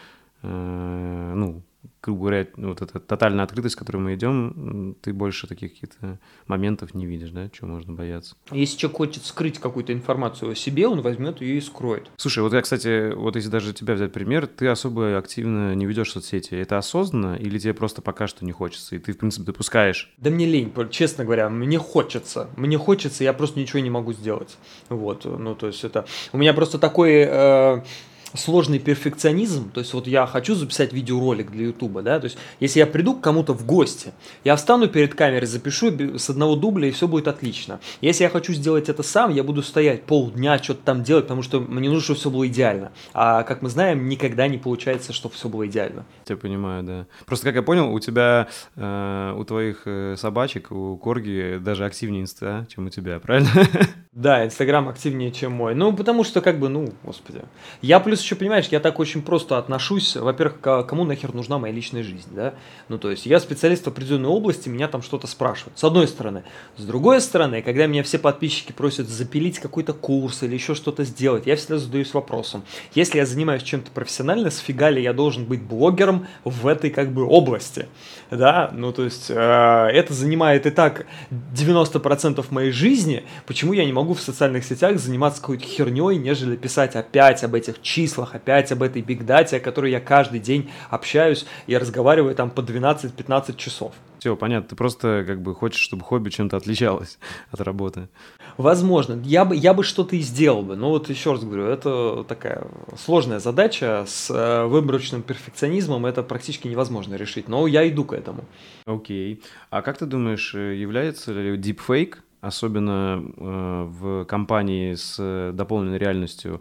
э, ну, грубо говоря, вот эта тотальная открытость, к которой мы идем, ты больше таких каких-то моментов не видишь, да, чего можно бояться? Если человек хочет скрыть какую-то информацию о себе, он возьмет ее и скроет. Слушай, вот я, кстати, вот если даже тебя взять пример, ты особо активно не ведешь соцсети. Это осознанно или тебе просто пока что не хочется, и ты, в принципе, допускаешь? Да мне лень, честно говоря, мне хочется. Мне хочется, я просто ничего не могу сделать. Вот, ну, то есть это... У меня просто такой... Э... сложный перфекционизм, то есть вот я хочу записать видеоролик для Ютуба, да, то есть если я приду к кому-то в гости, я встану перед камерой, запишу с одного дубля и все будет отлично. Если я хочу сделать это сам, я буду стоять полдня, что-то там делать, потому что мне нужно, чтобы все было идеально. А как мы знаем, никогда не получается, чтобы все было идеально. Я понимаю, да. Просто, как я понял, у тебя, э, у твоих э, собачек, у корги даже активнее инста, чем у тебя, правильно? Да, Инстаграм активнее, чем мой. Ну, потому что, как бы, ну, господи. Я плюс еще, понимаешь, я так очень просто отношусь. Во-первых, кому нахер нужна моя личная жизнь, да? Ну, то есть, я специалист в определенной области, меня там что-то спрашивают. С одной стороны. С другой стороны, когда меня все подписчики просят запилить какой-то курс или еще что-то сделать, я всегда задаюсь вопросом. Если я занимаюсь чем-то профессионально, сфига ли я должен быть блогером в этой, как бы, области? Да? Ну, то есть, э, это занимает и так девяносто процентов моей жизни. Почему я не могу в социальных сетях заниматься какой-то херней, нежели писать опять об этих числах, опять об этой бигдате, о которой я каждый день общаюсь и разговариваю там по двенадцать-пятнадцать часов. Все, понятно, ты просто как бы хочешь, чтобы хобби чем-то отличалось от работы. Возможно, я бы, я бы что-то и сделал бы, но вот еще раз говорю, это такая сложная задача, с э, выборочным перфекционизмом это практически невозможно решить, но я иду к этому. Окей, а как ты думаешь, является ли deepfake, особенно э, в компании с дополненной реальностью,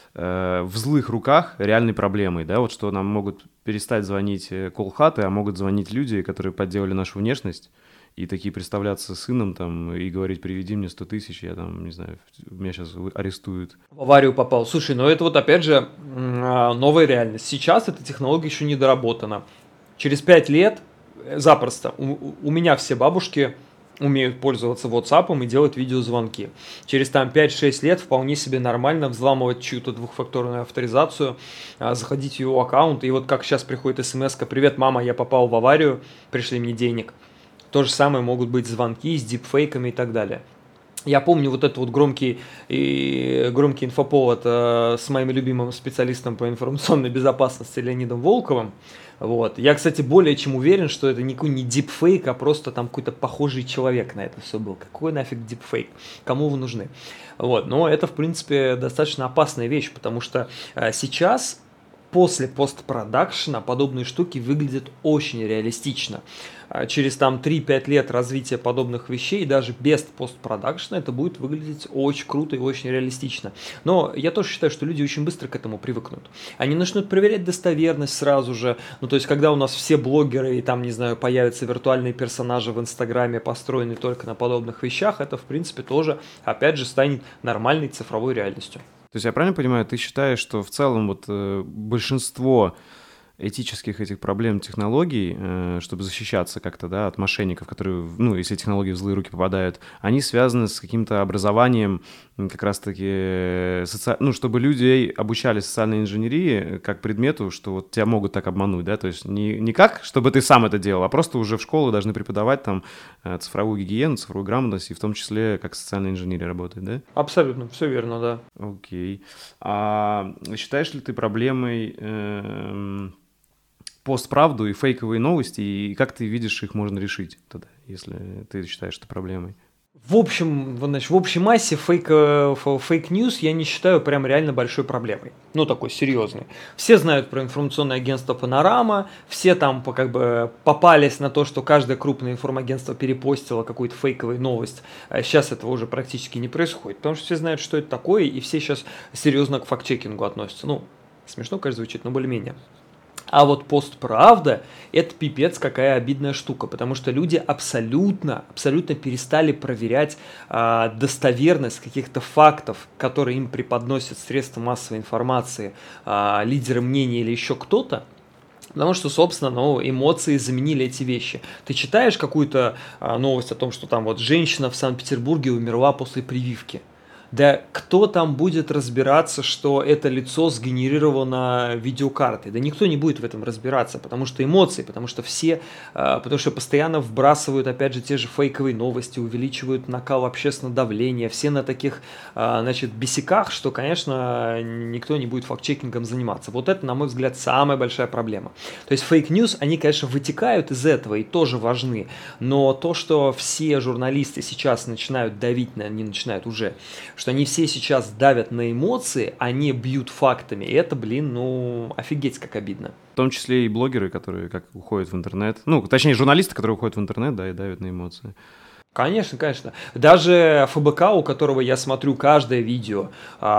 э, в злых руках реальной проблемой, да, вот что нам могут перестать звонить колл-хаты, а могут звонить люди, которые подделали нашу внешность, и такие представляться сыном там и говорить: приведи мне сто тысяч, я там, не знаю, меня сейчас арестуют. В аварию попал. Слушай, ну это вот опять же новая реальность. Сейчас эта технология еще не доработана. Через пять лет запросто у, у меня все бабушки умеют пользоваться WhatsApp и делать видеозвонки. Через там пять-шесть лет вполне себе нормально взламывать чью-то двухфакторную авторизацию, заходить в его аккаунт, и вот как сейчас приходит смс-ка: «Привет, мама, я попал в аварию, пришли мне денег». То же самое могут быть звонки с дипфейками и так далее. Я помню вот этот вот громкий, и, громкий инфоповод э, с моим любимым специалистом по информационной безопасности Леонидом Волковым. Вот. Я, кстати, более чем уверен, что это никакой не дипфейк, а просто там какой-то похожий человек на это все был. Какой нафиг дипфейк? Кому вы нужны? Вот. Но это, в принципе, достаточно опасная вещь, потому что э, сейчас, после постпродакшена, подобные штуки выглядят очень реалистично. Через там три-пять лет развития подобных вещей, даже без постпродакшена, это будет выглядеть очень круто и очень реалистично. Но я тоже считаю, что люди очень быстро к этому привыкнут. Они начнут проверять достоверность сразу же. Ну, то есть, когда у нас все блогеры и там, не знаю, появятся виртуальные персонажи в Инстаграме, построенные только на подобных вещах, это, в принципе, тоже, опять же, станет нормальной цифровой реальностью. То есть я правильно понимаю, ты считаешь, что в целом вот э, большинство этических этих проблем технологий, э, чтобы защищаться как-то, да, от мошенников, которые, ну, если технологии в злые руки попадают, они связаны с каким-то образованием, как раз-таки, соци... ну, чтобы людей обучали социальной инженерии как предмету, что вот тебя могут так обмануть, да, то есть не, не как, чтобы ты сам это делал, а просто уже в школу должны преподавать там цифровую гигиену, цифровую грамотность, и в том числе как социальная инженерия работает, да? Абсолютно, все верно, да. Окей. А считаешь ли ты проблемой э, постправду и фейковые новости, и как ты видишь, их можно решить тогда, если ты считаешь это проблемой? В общем, значит, в общей массе фейк-ньюс я не считаю прям реально большой проблемой. Ну, такой серьезной. Все знают про информационное агентство «Панорама», все там как бы попались на то, что каждое крупное информагентство перепостило какую-то фейковую новость. Сейчас этого уже практически не происходит, потому что все знают, что это такое, и все сейчас серьезно к факт-чекингу относятся. Ну, смешно, конечно, звучит, но более-менее. А вот постправда – это пипец какая обидная штука, потому что люди абсолютно, абсолютно перестали проверять а, достоверность каких-то фактов, которые им преподносят средства массовой информации, а, лидеры мнений или еще кто-то. Потому что, собственно, ну, эмоции заменили эти вещи. Ты читаешь какую-то а, новость о том, что там вот женщина в Санкт-Петербурге умерла после прививки. Да кто там будет разбираться, что это лицо сгенерировано видеокартой? Да никто не будет в этом разбираться, потому что эмоции, потому что все, потому что постоянно вбрасывают, опять же, те же фейковые новости, увеличивают накал общественного давления, все на таких, значит, бесяках, что, конечно, никто не будет факт-чекингом заниматься. Вот это, на мой взгляд, самая большая проблема. То есть фейк-ньюс, они, конечно, вытекают из этого и тоже важны, но то, что все журналисты сейчас начинают давить, не начинают уже, что они все сейчас давят на эмоции, а не бьют фактами. И это, блин, ну, офигеть, как обидно. В том числе и блогеры, которые как уходят в интернет. Ну, точнее, журналисты, которые уходят в интернет, да, и давят на эмоции. Конечно, конечно. Даже ФБК, у которого я смотрю каждое видео,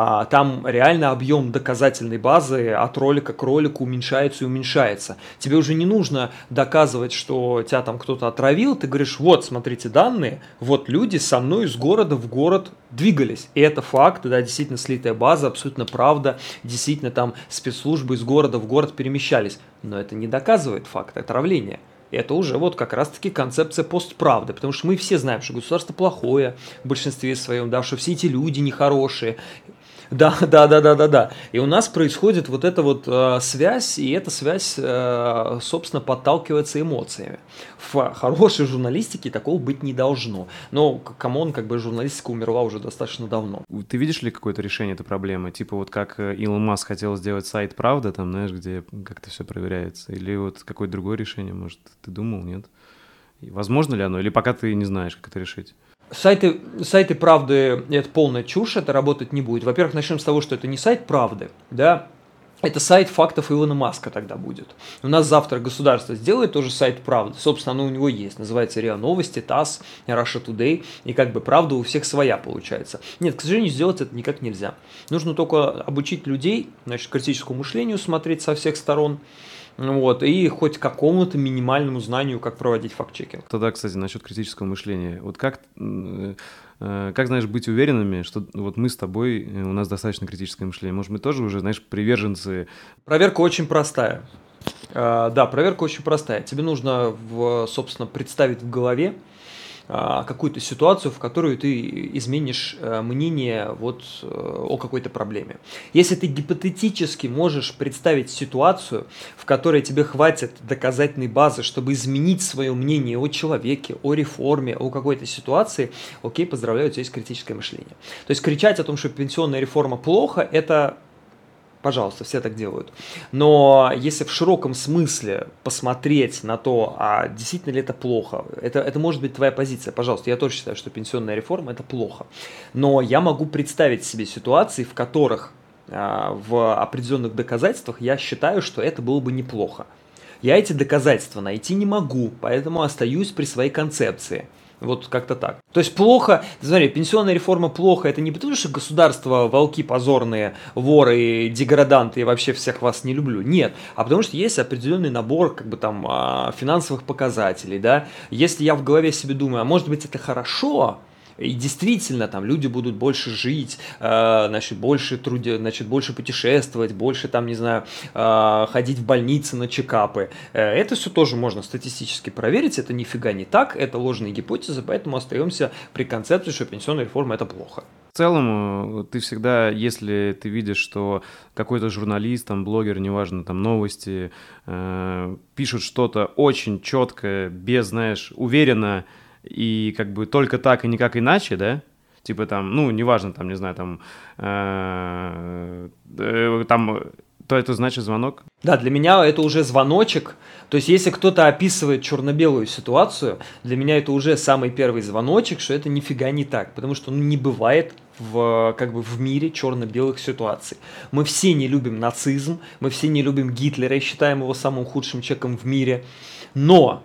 там реально объем доказательной базы от ролика к ролику уменьшается и уменьшается. Тебе уже не нужно доказывать, что тебя там кто-то отравил. Ты говоришь: вот, смотрите данные, вот люди со мной из города в город двигались. И это факт, да, действительно слитая база, абсолютно правда. Действительно там спецслужбы из города в город перемещались. Но это не доказывает факт отравления. Это уже вот как раз-таки концепция постправды, потому что мы все знаем, что государство плохое в большинстве своем, да, что все эти люди нехорошие. Да, да, да, да, да, да. И у нас происходит вот эта вот э, связь, и эта связь, э, собственно, подталкивается эмоциями. В хорошей журналистике такого быть не должно. Но, камон, как бы журналистика умерла уже достаточно давно. Ты видишь ли какое-то решение этой проблемы? Типа вот как Илон Маск хотел сделать сайт «Правда», там, знаешь, где как-то все проверяется? Или вот какое-то другое решение, может, ты думал, нет? И возможно ли оно? Или пока ты не знаешь, как это решить? Сайты, сайты правды – это полная чушь, это работать не будет. Во-первых, начнем с того, что это не сайт правды, да, это сайт фактов Илона Маска тогда будет. У нас завтра государство сделает тоже сайт правды, собственно, оно у него есть, называется РИА Новости, ТАСС, Russia Today, и как бы правда у всех своя получается. Нет, к сожалению, сделать это никак нельзя. Нужно только обучить людей, значит, критическому мышлению, смотреть со всех сторон, вот, и хоть какому-то минимальному знанию, как проводить факт-чекинг. Тогда, кстати, насчет критического мышления. Вот как, как, знаешь, быть уверенными, что вот мы с тобой, у нас достаточно критическое мышление? Может, мы тоже уже, знаешь, приверженцы? Проверка очень простая. Да, проверка очень простая. Тебе нужно, в, собственно, представить в голове а, какую-то ситуацию, в которую ты изменишь а, мнение вот а, о какой-то проблеме. Если ты гипотетически можешь представить ситуацию, в которой тебе хватит доказательной базы, чтобы изменить свое мнение о человеке, о реформе, о какой-то ситуации, окей, поздравляю, у тебя есть критическое мышление. То есть кричать о том, что пенсионная реформа плохо, это... Пожалуйста, все так делают. Но если в широком смысле посмотреть на то, а действительно ли это плохо, это, это может быть твоя позиция. Пожалуйста, я тоже считаю, что пенсионная реформа – это плохо. Но я могу представить себе ситуации, в которых а, в определенных доказательствах я считаю, что это было бы неплохо. Я эти доказательства найти не могу, поэтому остаюсь при своей концепции. Вот как-то так. То есть плохо, смотри, пенсионная реформа плохо, это не потому, что государство волки позорные, воры, деграданты, и вообще всех вас не люблю. Нет, а потому что есть определенный набор как бы там финансовых показателей, да. Если я в голове себе думаю, а может быть это хорошо, и действительно, там люди будут больше жить, э, значит, больше труди, значит, больше путешествовать, больше там, не знаю, э, ходить в больницы на чекапы. Э, это все тоже можно статистически проверить, это нифига не так, это ложные гипотезы, поэтому остаемся при концепции, что пенсионная реформа – это плохо. В целом, ты всегда, если ты видишь, что какой-то журналист, там, блогер, неважно, там, новости, э, пишут что-то очень четко, без, знаешь, уверенно, и как бы только так и никак иначе, да, типа там, ну, неважно, там, не знаю, там, э, э, там, то это значит звонок? Да, для меня это уже звоночек, то есть если кто-то описывает черно-белую ситуацию, для меня это уже самый первый звоночек, что это нифига не так, потому что ну, не бывает в, как бы в мире черно-белых ситуаций. Мы все не любим нацизм, мы все не любим Гитлера и считаем его самым худшим человеком в мире, но...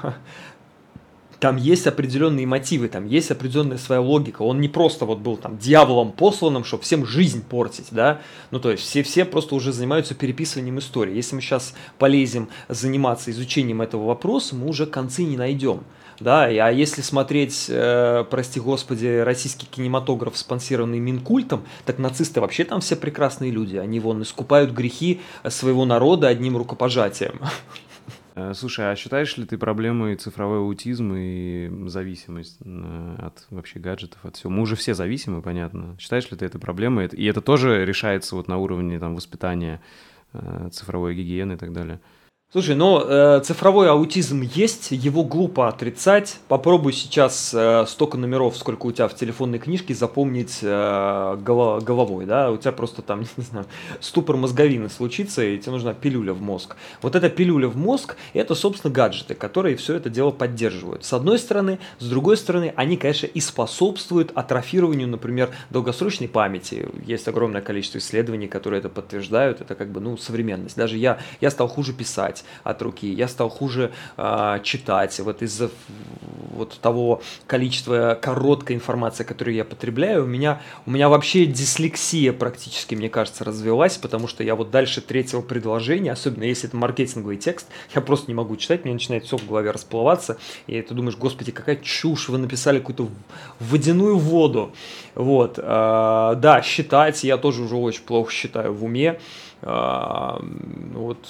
Там есть определенные мотивы, там есть определенная своя логика. Он не просто вот был там дьяволом посланным, чтобы всем жизнь портить, да. Ну, то есть все, все просто уже занимаются переписыванием истории. Если мы сейчас полезем заниматься изучением этого вопроса, мы уже концы не найдем. Да, а если смотреть, э, прости господи, российский кинематограф, спонсированный Минкультом, так нацисты вообще там все прекрасные люди. Они вон искупают грехи своего народа одним рукопожатием. Слушай, а считаешь ли ты проблемой цифровой аутизм и зависимость от вообще гаджетов, от всего? Мы уже все зависимы, понятно. Считаешь ли ты это проблемой? И это тоже решается вот на уровне там, воспитания, цифровой гигиены и так далее? Слушай, ну э, цифровой аутизм есть, его глупо отрицать. Попробуй сейчас э, столько номеров, сколько у тебя в телефонной книжке, запомнить э, голо- головой, да, у тебя просто там, не знаю, ступор мозговины случится, и тебе нужна пилюля в мозг. Вот эта пилюля в мозг, это, собственно, гаджеты, которые все это дело поддерживают. С одной стороны, с другой стороны, они, конечно, и способствуют атрофированию, например, долгосрочной памяти. Есть огромное количество исследований, которые это подтверждают, это как бы, ну, современность. Даже я, я стал хуже писать от руки, я стал хуже э, читать, вот из-за вот того количества короткой информации, которую я потребляю, у меня, у меня вообще дислексия практически, мне кажется, развилась, потому что я вот дальше третьего предложения, особенно если это маркетинговый текст, я просто не могу читать, мне начинает все в голове расплываться, и ты думаешь, господи, какая чушь, вы написали какую-то водяную воду, вот, э, да, считать я тоже уже очень плохо считаю в уме. Uh, вот,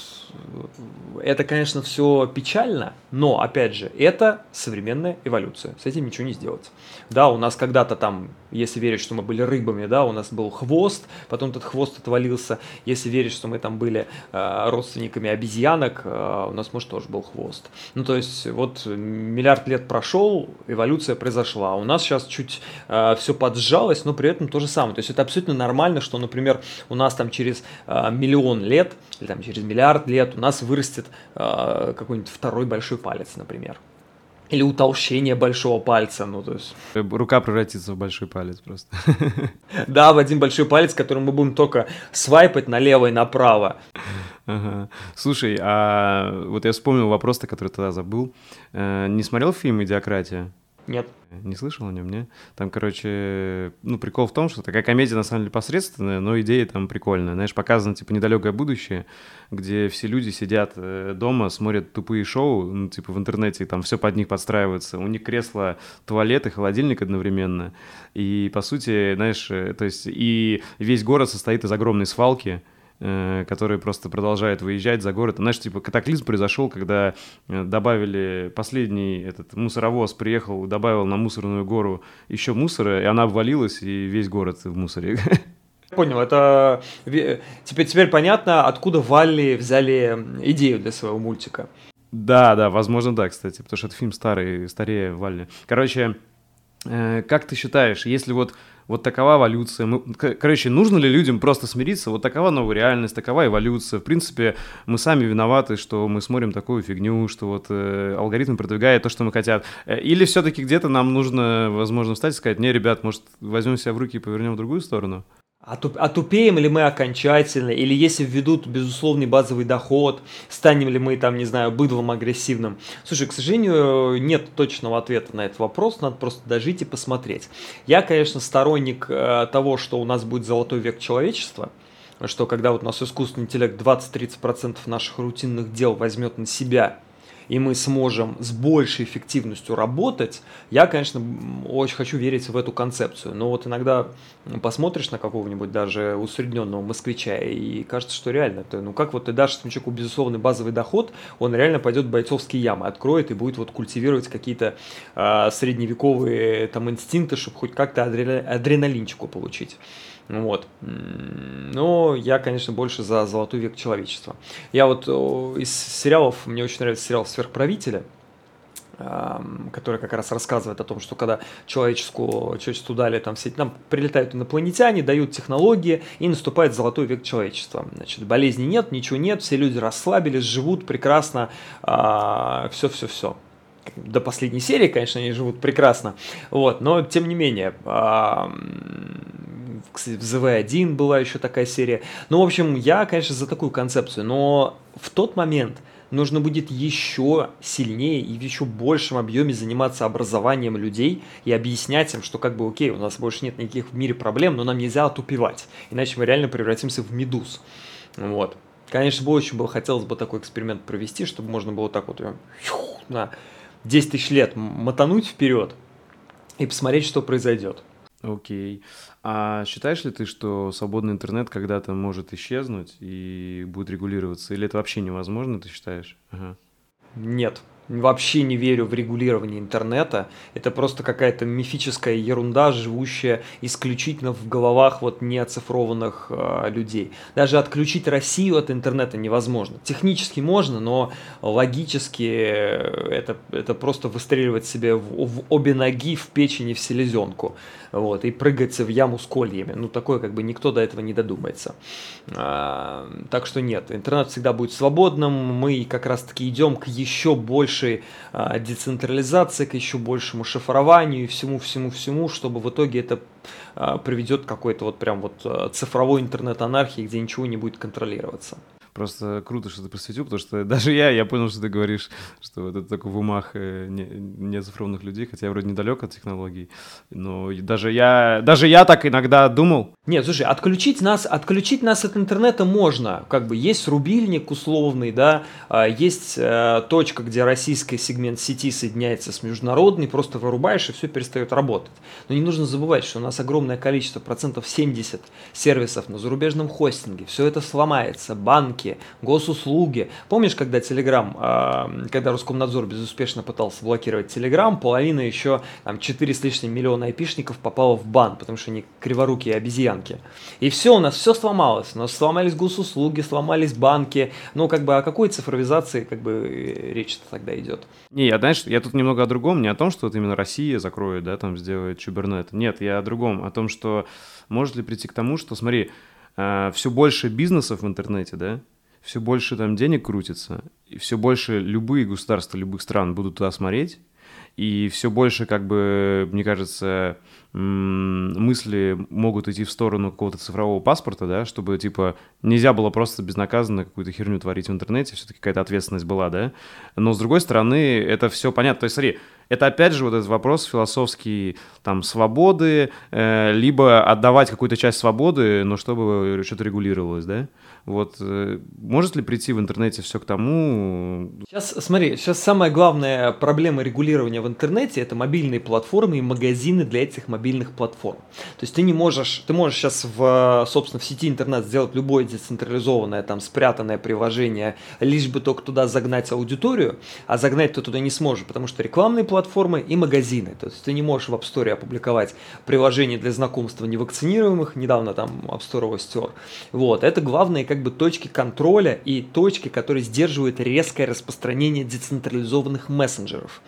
это, конечно, все печально, но, опять же, это современная эволюция, с этим ничего не сделать. Да, у нас когда-то там, если верить, что мы были рыбами, да, у нас был хвост, потом этот хвост отвалился, если верить, что мы там были uh, родственниками обезьянок, uh, у нас, может, тоже был хвост. Ну, то есть, вот миллиард лет прошел, эволюция произошла, у нас сейчас чуть uh, все поджалось, но при этом то же самое, то есть, это абсолютно нормально, что, например, у нас там через uh, миллион лет, или там через миллиард лет у нас вырастет э, какой-нибудь второй большой палец, например. Или утолщение большого пальца, ну то есть... Рука превратится в большой палец просто. Да, в один большой палец, которым мы будем только свайпать налево и направо. Ага. Слушай, а вот я вспомнил вопрос-то, который тогда забыл. Не смотрел фильм «Идиократия»? Нет. Не слышал о нем, не? Там, короче, ну, прикол в том, что такая комедия, на самом деле, посредственная, но идея там прикольная. Знаешь, показано, типа, недалекое будущее, где все люди сидят дома, смотрят тупые шоу, ну, типа, в интернете, там все под них подстраивается. У них кресло, туалет и холодильник одновременно. И, по сути, знаешь, то есть, и весь город состоит из огромной свалки, э, который просто продолжает выезжать за город. Знаешь, типа катаклизм произошел, когда добавили последний этот мусоровоз, приехал, добавил на мусорную гору еще мусора, и она обвалилась, и весь город в мусоре. Понял, это теперь, теперь понятно, откуда Валли взяли идею для своего мультика. Да, да, возможно, да, кстати, потому что это фильм старый, старее Валли. Короче, э, как ты считаешь, если вот, вот такова эволюция, мы, короче, нужно ли людям просто смириться, вот такова новая реальность, такова эволюция, в принципе, мы сами виноваты, что мы смотрим такую фигню, что вот э, алгоритм продвигает то, что мы хотят, или все-таки где-то нам нужно, возможно, встать и сказать, не, ребят, может, возьмем себя в руки и повернем в другую сторону? Отупеем ли мы окончательно, или если введут безусловный базовый доход, станем ли мы, там, не знаю, быдлом агрессивным? Слушай, к сожалению, нет точного ответа на этот вопрос, надо просто дожить и посмотреть. Я, конечно, сторонник э, того, что у нас будет золотой век человечества, что когда вот у нас искусственный интеллект двадцать-тридцать процентов наших рутинных дел возьмет на себя, и мы сможем с большей эффективностью работать, я, конечно, очень хочу верить в эту концепцию. Но вот иногда посмотришь на какого-нибудь даже усредненного москвича, и кажется, что реально, ты, ну как вот ты дашь этому человеку безусловный базовый доход, он реально пойдет в бойцовские ямы, откроет и будет вот культивировать какие-то э, средневековые там инстинкты, чтобы хоть как-то адреналинчику получить. Вот. Но я, конечно, больше за золотой век человечества. Я вот из сериалов, мне очень нравится сериал «Сверхправители», который как раз рассказывает о том, что когда человечеству, человечеству дали там все, нам прилетают инопланетяне, дают технологии, и наступает золотой век человечества. Значит, болезней нет, ничего нет, все люди расслабились, живут прекрасно, все-все-все. До последней серии, конечно, они живут прекрасно, вот, но тем не менее, в зэ вэ один была еще такая серия. Ну, в общем, я, конечно, за такую концепцию, но в тот момент нужно будет еще сильнее и в еще большем объеме заниматься образованием людей и объяснять им, что как бы окей, у нас больше нет никаких в мире проблем, но нам нельзя отупевать, иначе мы реально превратимся в медуз. Вот. Конечно, бы очень было, хотелось бы такой эксперимент провести, чтобы можно было так вот на десять тысяч лет мотануть вперед и посмотреть, что произойдет. Окей. А считаешь ли ты, что свободный интернет когда-то может исчезнуть и будет регулироваться? Или это вообще невозможно, ты считаешь? Ага. Нет. Вообще не верю в регулирование интернета. Это просто какая-то мифическая ерунда, живущая исключительно в головах вот неоцифрованных э, людей. Даже отключить Россию от интернета невозможно. Технически можно, но логически это, это просто выстреливать себе в, в обе ноги, в печень и в селезенку. Вот, и прыгать в яму с кольями. Ну, такое как бы никто до этого не додумается. А, так что нет, интернет всегда будет свободным. Мы как раз-таки идем к еще большей а, децентрализации, к еще большему шифрованию и всему-всему-всему, чтобы в итоге это а, приведет к какой-то вот прям вот цифровой интернет-анархии, где ничего не будет контролироваться. Просто круто, что ты просветил, потому что даже я, я понял, что ты говоришь, что вот это только в умах неоцифрованных людей, хотя я вроде недалек от технологий, но даже я, даже я так иногда думал. Нет, слушай, отключить нас, отключить нас от интернета можно, как бы есть рубильник условный, да, есть э, точка, где российский сегмент сети соединяется с международной, просто вырубаешь и все перестает работать. Но не нужно забывать, что у нас огромное количество, процентов семьдесят сервисов на зарубежном хостинге, все это сломается, банки, госуслуги. Помнишь, когда Telegram, когда Роскомнадзор безуспешно пытался блокировать Telegram, половина еще, там, четыре с лишним миллиона айпишников попало в бан, потому что они криворукие обезьянки. И все, у нас все сломалось. У нас сломались госуслуги, сломались банки. Ну, как бы о какой цифровизации как бы речь-то тогда идет? Не, я, знаешь, я тут немного о другом, не о том, что вот именно Россия закроет, да, там сделает чубернет. Нет, я о другом, о том, что может ли прийти к тому, что, смотри, э, все больше бизнесов в интернете, да, все больше там денег крутится, и все больше любые государства, любых стран будут туда смотреть, и все больше, как бы, мне кажется, мысли могут идти в сторону какого-то цифрового паспорта, да, чтобы, типа, нельзя было просто безнаказанно какую-то херню творить в интернете, все-таки какая-то ответственность была, да, но, с другой стороны, это все понятно, то есть, смотри, это опять же вот этот вопрос философский, там, свободы, э, либо отдавать какую-то часть свободы, но чтобы что-то регулировалось, да, Вот э, может ли прийти в интернете все к тому? Сейчас, смотри, сейчас самая главная проблема регулирования в интернете – это мобильные платформы и магазины для этих мобильных платформ. То есть ты не можешь, ты можешь сейчас в, собственно, в сети интернет сделать любое децентрализованное, там, спрятанное приложение, лишь бы только туда загнать аудиторию, а загнать ты туда не сможешь, потому что рекламные платформы и магазины. То есть ты не можешь в App Store опубликовать приложение для знакомства невакцинируемых, недавно там App Store его стер. Вот, это главные как бы точки контроля и точки, которые сдерживают резкое распространение децентрализованных мессенджеров.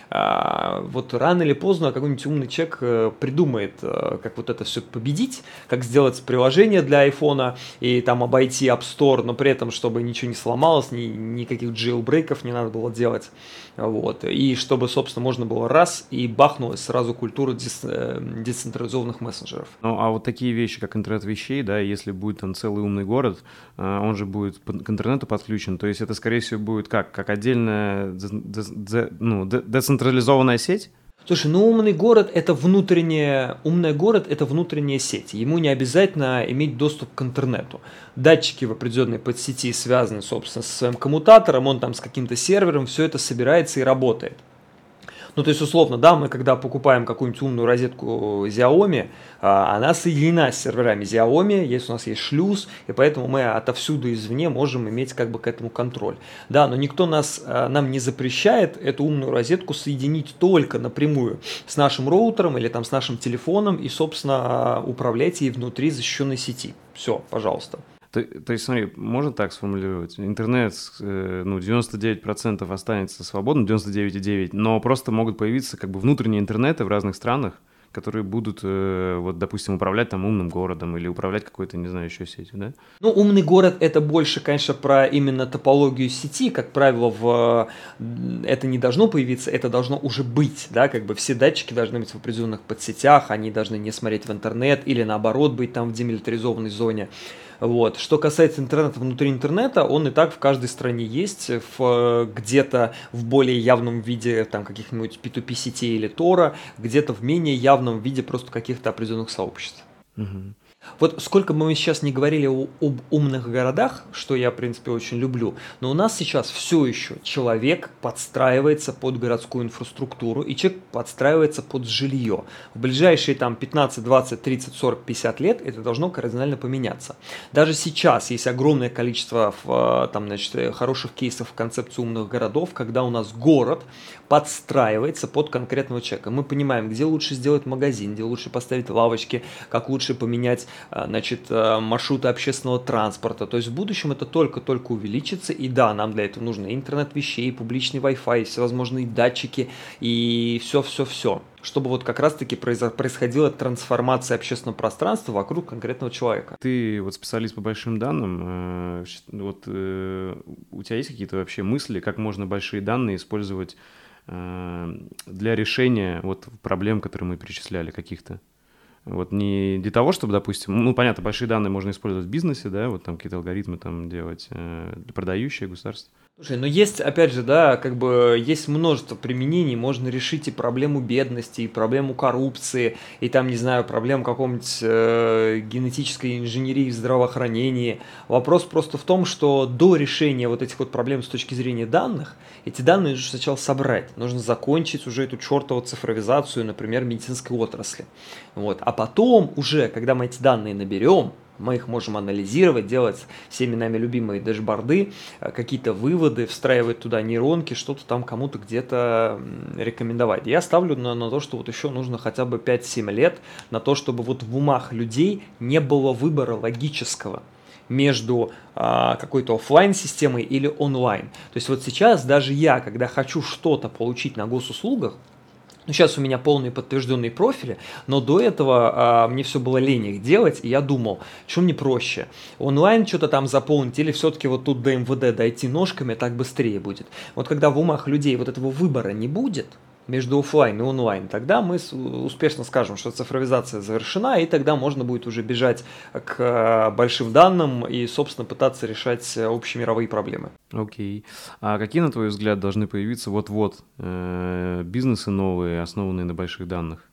А, вот рано или поздно какой-нибудь умный человек э, придумает, э, как вот это все победить, как сделать приложение для айфона и там обойти App Store, но при этом, чтобы ничего не сломалось, ни, никаких джейлбрейков не надо было делать. Вот. И чтобы, собственно, можно было раз и бахнулась сразу культура дец, э, децентрализованных мессенджеров. Ну, а вот такие вещи, как интернет вещей, да, если будет там целый умный город, э, он же будет к интернету подключен, то есть это, скорее всего, будет как? Как отдельная де, де, де, ну, де, децентрализованная сеть? Слушай, ну умный город это внутренняя, умный город это внутренняя сеть. Ему не обязательно иметь доступ к интернету. Датчики в определенной подсети связаны, собственно, со своим коммутатором, он там с каким-то сервером, все это собирается и работает. Ну, то есть, условно, да, мы когда покупаем какую-нибудь умную розетку Xiaomi, она соединена с серверами Xiaomi, есть, у нас есть шлюз, и поэтому мы отовсюду извне можем иметь как бы к этому контроль. Да, но никто нас, нам не запрещает эту умную розетку соединить только напрямую с нашим роутером или там с нашим телефоном и, собственно, управлять ей внутри защищенной сети. Все, пожалуйста. То, то есть, смотри, можно так сформулировать? Интернет, э, ну, девяносто девять процентов останется свободным, девяносто девять целых девять десятых, но просто могут появиться как бы внутренние интернеты в разных странах, которые будут, э, вот, допустим, управлять там умным городом или управлять какой-то, не знаю, еще сетью, да? Ну, умный город это больше, конечно, про именно топологию сети. Как правило, в... это не должно появиться, это должно уже быть, да, как бы все датчики должны быть в определенных подсетях, они должны не смотреть в интернет или наоборот быть там в демилитаризованной зоне. Вот. Что касается интернета внутри интернета, он и так в каждой стране есть, в, где-то в более явном виде там, каких-нибудь пи ту пи сетей или Тора, где-то в менее явном виде просто каких-то определенных сообществ. Угу. Вот сколько бы мы сейчас не говорили о, об умных городах, что я, в принципе, очень люблю, но у нас сейчас все еще человек подстраивается под городскую инфраструктуру, и человек подстраивается под жилье. В ближайшие там пятнадцать, двадцать, тридцать, сорок, пятьдесят лет это должно кардинально поменяться. Даже сейчас есть огромное количество там, значит, хороших кейсов в концепции умных городов, когда у нас город подстраивается под конкретного человека. Мы понимаем, где лучше сделать магазин, где лучше поставить лавочки, как лучше поменять значит, маршруты общественного транспорта. То есть в будущем это только-только увеличится. И да, нам для этого нужно интернет вещей, публичный Wi-Fi, всевозможные датчики и все-все-все. Чтобы вот как раз-таки происходила трансформация общественного пространства вокруг конкретного человека. Ты вот специалист по большим данным. Вот у тебя есть какие-то вообще мысли, как можно большие данные использовать для решения вот проблем, которые мы перечисляли, каких-то? Вот не для того, чтобы, допустим, ну, понятно, большие данные можно использовать в бизнесе, да, вот там какие-то алгоритмы там делать, э, продающие государства. Слушай, ну есть, опять же, да, как бы есть множество применений, можно решить и проблему бедности, и проблему коррупции, и там, не знаю, проблему какого-нибудь э, генетической инженерии в здравоохранении. Вопрос просто в том, что до решения вот этих вот проблем с точки зрения данных, эти данные нужно сначала собрать, нужно закончить уже эту чертову цифровизацию, например, медицинской отрасли. Вот. А потом уже, когда мы эти данные наберем, мы их можем анализировать, делать всеми нами любимые дэшборды, какие-то выводы, встраивать туда нейронки, что-то там кому-то где-то рекомендовать. Я ставлю на, на то, что вот еще нужно хотя бы пять-семь лет на то, чтобы вот в умах людей не было выбора логического между а, какой-то офлайн системой или онлайн. То есть вот сейчас даже я, когда хочу что-то получить на госуслугах, ну, сейчас у меня полные подтвержденные профили, но до этого а, мне все было лень их делать, и я думал, что мне проще, онлайн что-то там заполнить или все-таки вот тут до эм вэ дэ дойти ножками, так быстрее будет. Вот когда в умах людей вот этого выбора не будет между офлайн и онлайн, тогда мы успешно скажем, что цифровизация завершена, и тогда можно будет уже бежать к большим данным и, собственно, пытаться решать общемировые проблемы. Окей. Okay. А какие, на твой взгляд, должны появиться вот-вот э, бизнесы новые, основанные на больших данных?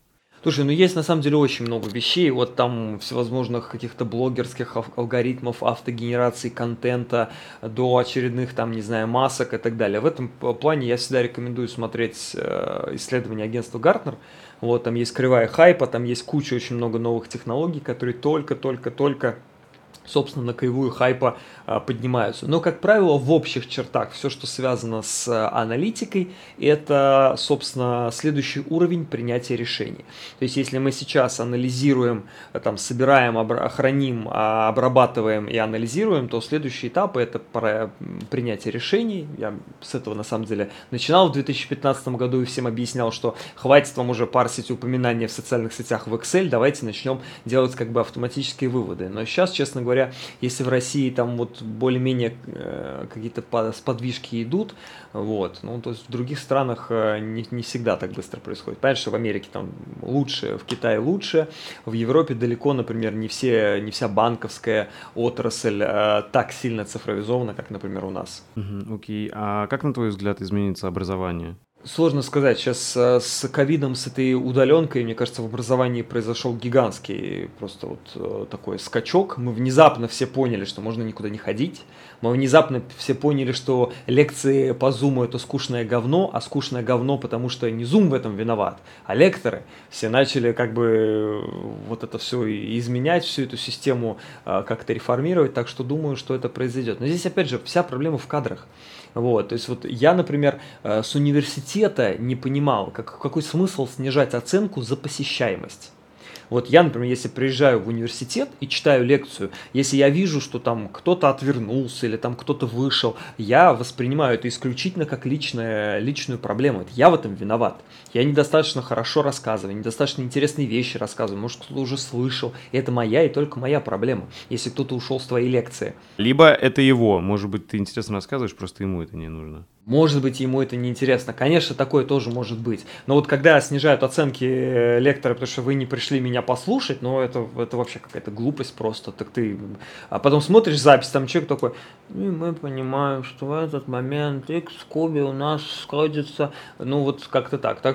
Слушай, ну есть на самом деле очень много вещей, вот там всевозможных каких-то блогерских ал- алгоритмов, автогенерации контента до очередных там, не знаю, масок и так далее. В этом п- плане я всегда рекомендую смотреть э, исследования агентства Гартнер. Вот там есть кривая хайпа, там есть куча очень много новых технологий, которые только-только-только собственно, на кривую хайпа а, поднимаются. Но, как правило, в общих чертах все, что связано с а, аналитикой, это, собственно, следующий уровень принятия решений. То есть, если мы сейчас анализируем, а, там, собираем, обра- храним, а, обрабатываем и анализируем, то следующий этап – это про принятие решений. Я с этого, на самом деле, начинал в две тысячи пятнадцатом году и всем объяснял, что хватит вам уже парсить упоминания в социальных сетях в Excel, давайте начнем делать как бы автоматические выводы. Но сейчас, честно говоря, говоря, если в России там вот более-менее э, какие-то сподвижки идут, вот, ну, то есть в других странах э, не, не всегда так быстро происходит. Понятно, что в Америке там лучше, в Китае лучше, в Европе далеко, например, не, все, не вся банковская отрасль э, так сильно цифровизована, как, например, у нас. Угу, окей. А как, на твой взгляд, изменится образование? Сложно сказать. Сейчас э, с ковидом, с этой удаленкой, мне кажется, в образовании произошел гигантский просто вот э, такой скачок. Мы внезапно все поняли, что можно никуда не ходить. Мы внезапно все поняли, что лекции по Zoom это скучное говно, а скучное говно, потому что не Zoom в этом виноват, а лекторы. Все начали как бы вот это все изменять, всю эту систему э, как-то реформировать, так что думаю, что это произойдет. Но здесь, опять же, вся проблема в кадрах. Вот, то есть вот я, например, с университета не понимал, как, какой смысл снижать оценку за посещаемость. Вот я, например, если приезжаю в университет и читаю лекцию, если я вижу, что там кто-то отвернулся или там кто-то вышел, я воспринимаю это исключительно как личное, личную проблему. Это я в этом виноват. Я недостаточно хорошо рассказываю, недостаточно интересные вещи рассказываю, может, кто-то уже слышал. И это моя и только моя проблема, если кто-то ушел с твоей лекции. Либо это его, может быть, ты интересно рассказываешь, просто ему это не нужно. Может быть, ему это неинтересно. Конечно, такое тоже может быть. Но вот когда снижают оценки лектора, потому что вы не пришли меня послушать, ну, это, это вообще какая-то глупость просто. Так ты... А потом смотришь запись, там человек такой, ну, мы понимаем, что в этот момент x в кубе у нас сходится. Ну, вот как-то так. Так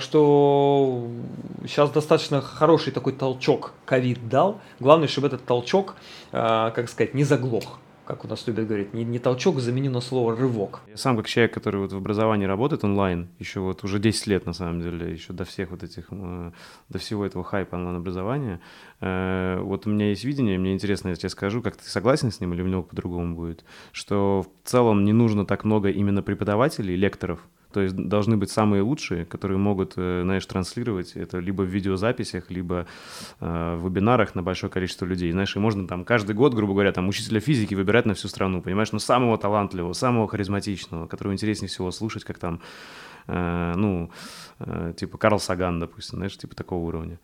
что сейчас достаточно хороший такой толчок ковид дал. Главное, чтобы этот толчок, как сказать, не заглох. Как у нас любят говорить, не, не толчок, заменю на слово рывок. Я сам как человек, который вот в образовании работает онлайн, еще вот уже десять лет на самом деле, еще до всех вот этих, до всего этого хайпа онлайн-образования, вот у меня есть видение, мне интересно, я тебе скажу, как ты согласен с ним или у него по-другому будет, что в целом не нужно так много именно преподавателей, лекторов. То есть должны быть самые лучшие, которые могут, знаешь, транслировать это либо в видеозаписях, либо э, в вебинарах на большое количество людей. Знаешь, и можно там каждый год, грубо говоря, там учителя физики выбирать на всю страну, понимаешь? Но самого талантливого, самого харизматичного, которого интереснее всего слушать, как там, э, ну, э, типа Карл Саган, допустим, знаешь, типа такого уровня.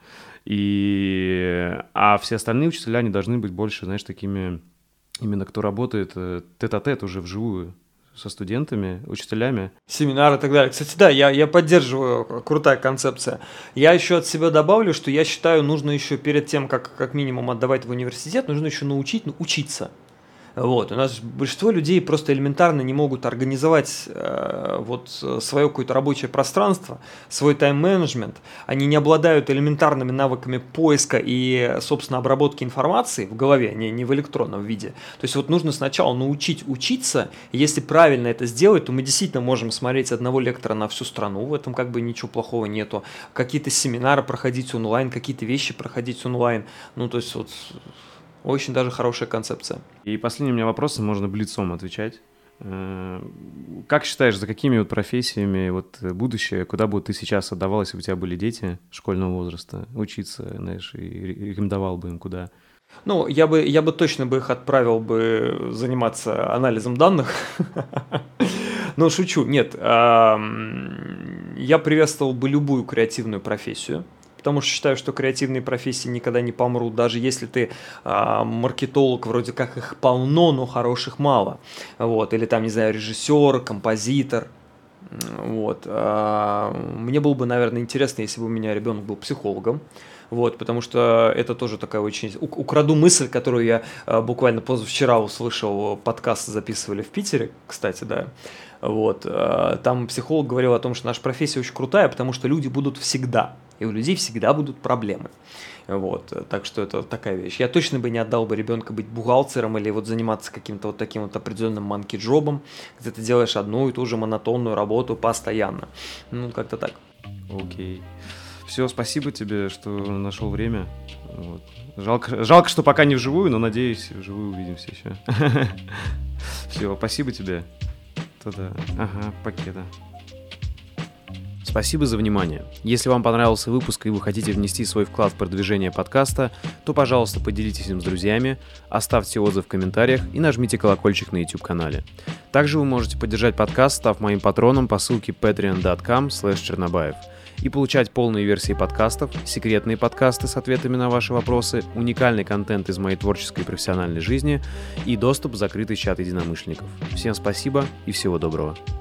И... А все остальные учителя, они должны быть больше, знаешь, такими, именно кто работает э, тет-а-тет уже вживую, со студентами, учителями. Семинары и так далее. Кстати, да, я, я поддерживаю, крутая концепция. Я еще от себя добавлю, что я считаю, нужно еще перед тем, как как минимум отдавать в университет, нужно еще научить, ну, учиться. Вот. У нас большинство людей просто элементарно не могут организовать э, вот свое какое-то рабочее пространство, свой тайм-менеджмент. Они не обладают элементарными навыками поиска и, собственно, обработки информации в голове, не, не в электронном виде. То есть вот нужно сначала научить учиться, и если правильно это сделать, то мы действительно можем смотреть одного лектора на всю страну, в этом как бы ничего плохого нету. Какие-то семинары проходить онлайн, какие-то вещи проходить онлайн. Ну, то есть вот... Очень даже хорошая концепция. И последний у меня вопрос, можно блицом отвечать. Как считаешь, за какими вот профессиями вот будущее, куда бы ты сейчас отдавал, если бы у тебя были дети школьного возраста, учиться, знаешь, и рекомендовал бы им куда? Ну, я бы, я бы точно бы их отправил бы заниматься анализом данных. Но шучу, нет. Я приветствовал бы любую креативную профессию. Потому что считаю, что креативные профессии никогда не помрут, даже если ты а, маркетолог, вроде как их полно, но хороших мало. Вот. Или там, не знаю, режиссер, композитор. Вот. А, мне было бы, наверное, интересно, если бы у меня ребенок был психологом. Вот, потому что это тоже такая очень... Украду мысль, которую я а, буквально позавчера услышал, подкаст записывали в Питере, кстати, да. Вот, а, там психолог говорил о том, что наша профессия очень крутая, потому что люди будут всегда. и у людей всегда будут проблемы. Вот, так что это такая вещь. Я точно бы не отдал бы ребенка быть бухгалтером или вот заниматься каким-то вот таким вот определенным манки-джобом, где ты делаешь одну и ту же монотонную работу постоянно. Ну, как-то так. Окей. Все, спасибо тебе, что нашел время. Вот. Жалко, жалко, что пока не вживую, но надеюсь, вживую увидимся еще. Все, спасибо тебе. Тогда, ага, пакета. Спасибо за внимание. Если вам понравился выпуск и вы хотите внести свой вклад в продвижение подкаста, то, пожалуйста, поделитесь им с друзьями, оставьте отзыв в комментариях и нажмите колокольчик на YouTube-канале. Также вы можете поддержать подкаст, став моим патроном по ссылке patreon dot com slash чернобаев и получать полные версии подкастов, секретные подкасты с ответами на ваши вопросы, уникальный контент из моей творческой и профессиональной жизни и доступ в закрытый чат единомышленников. Всем спасибо и всего доброго.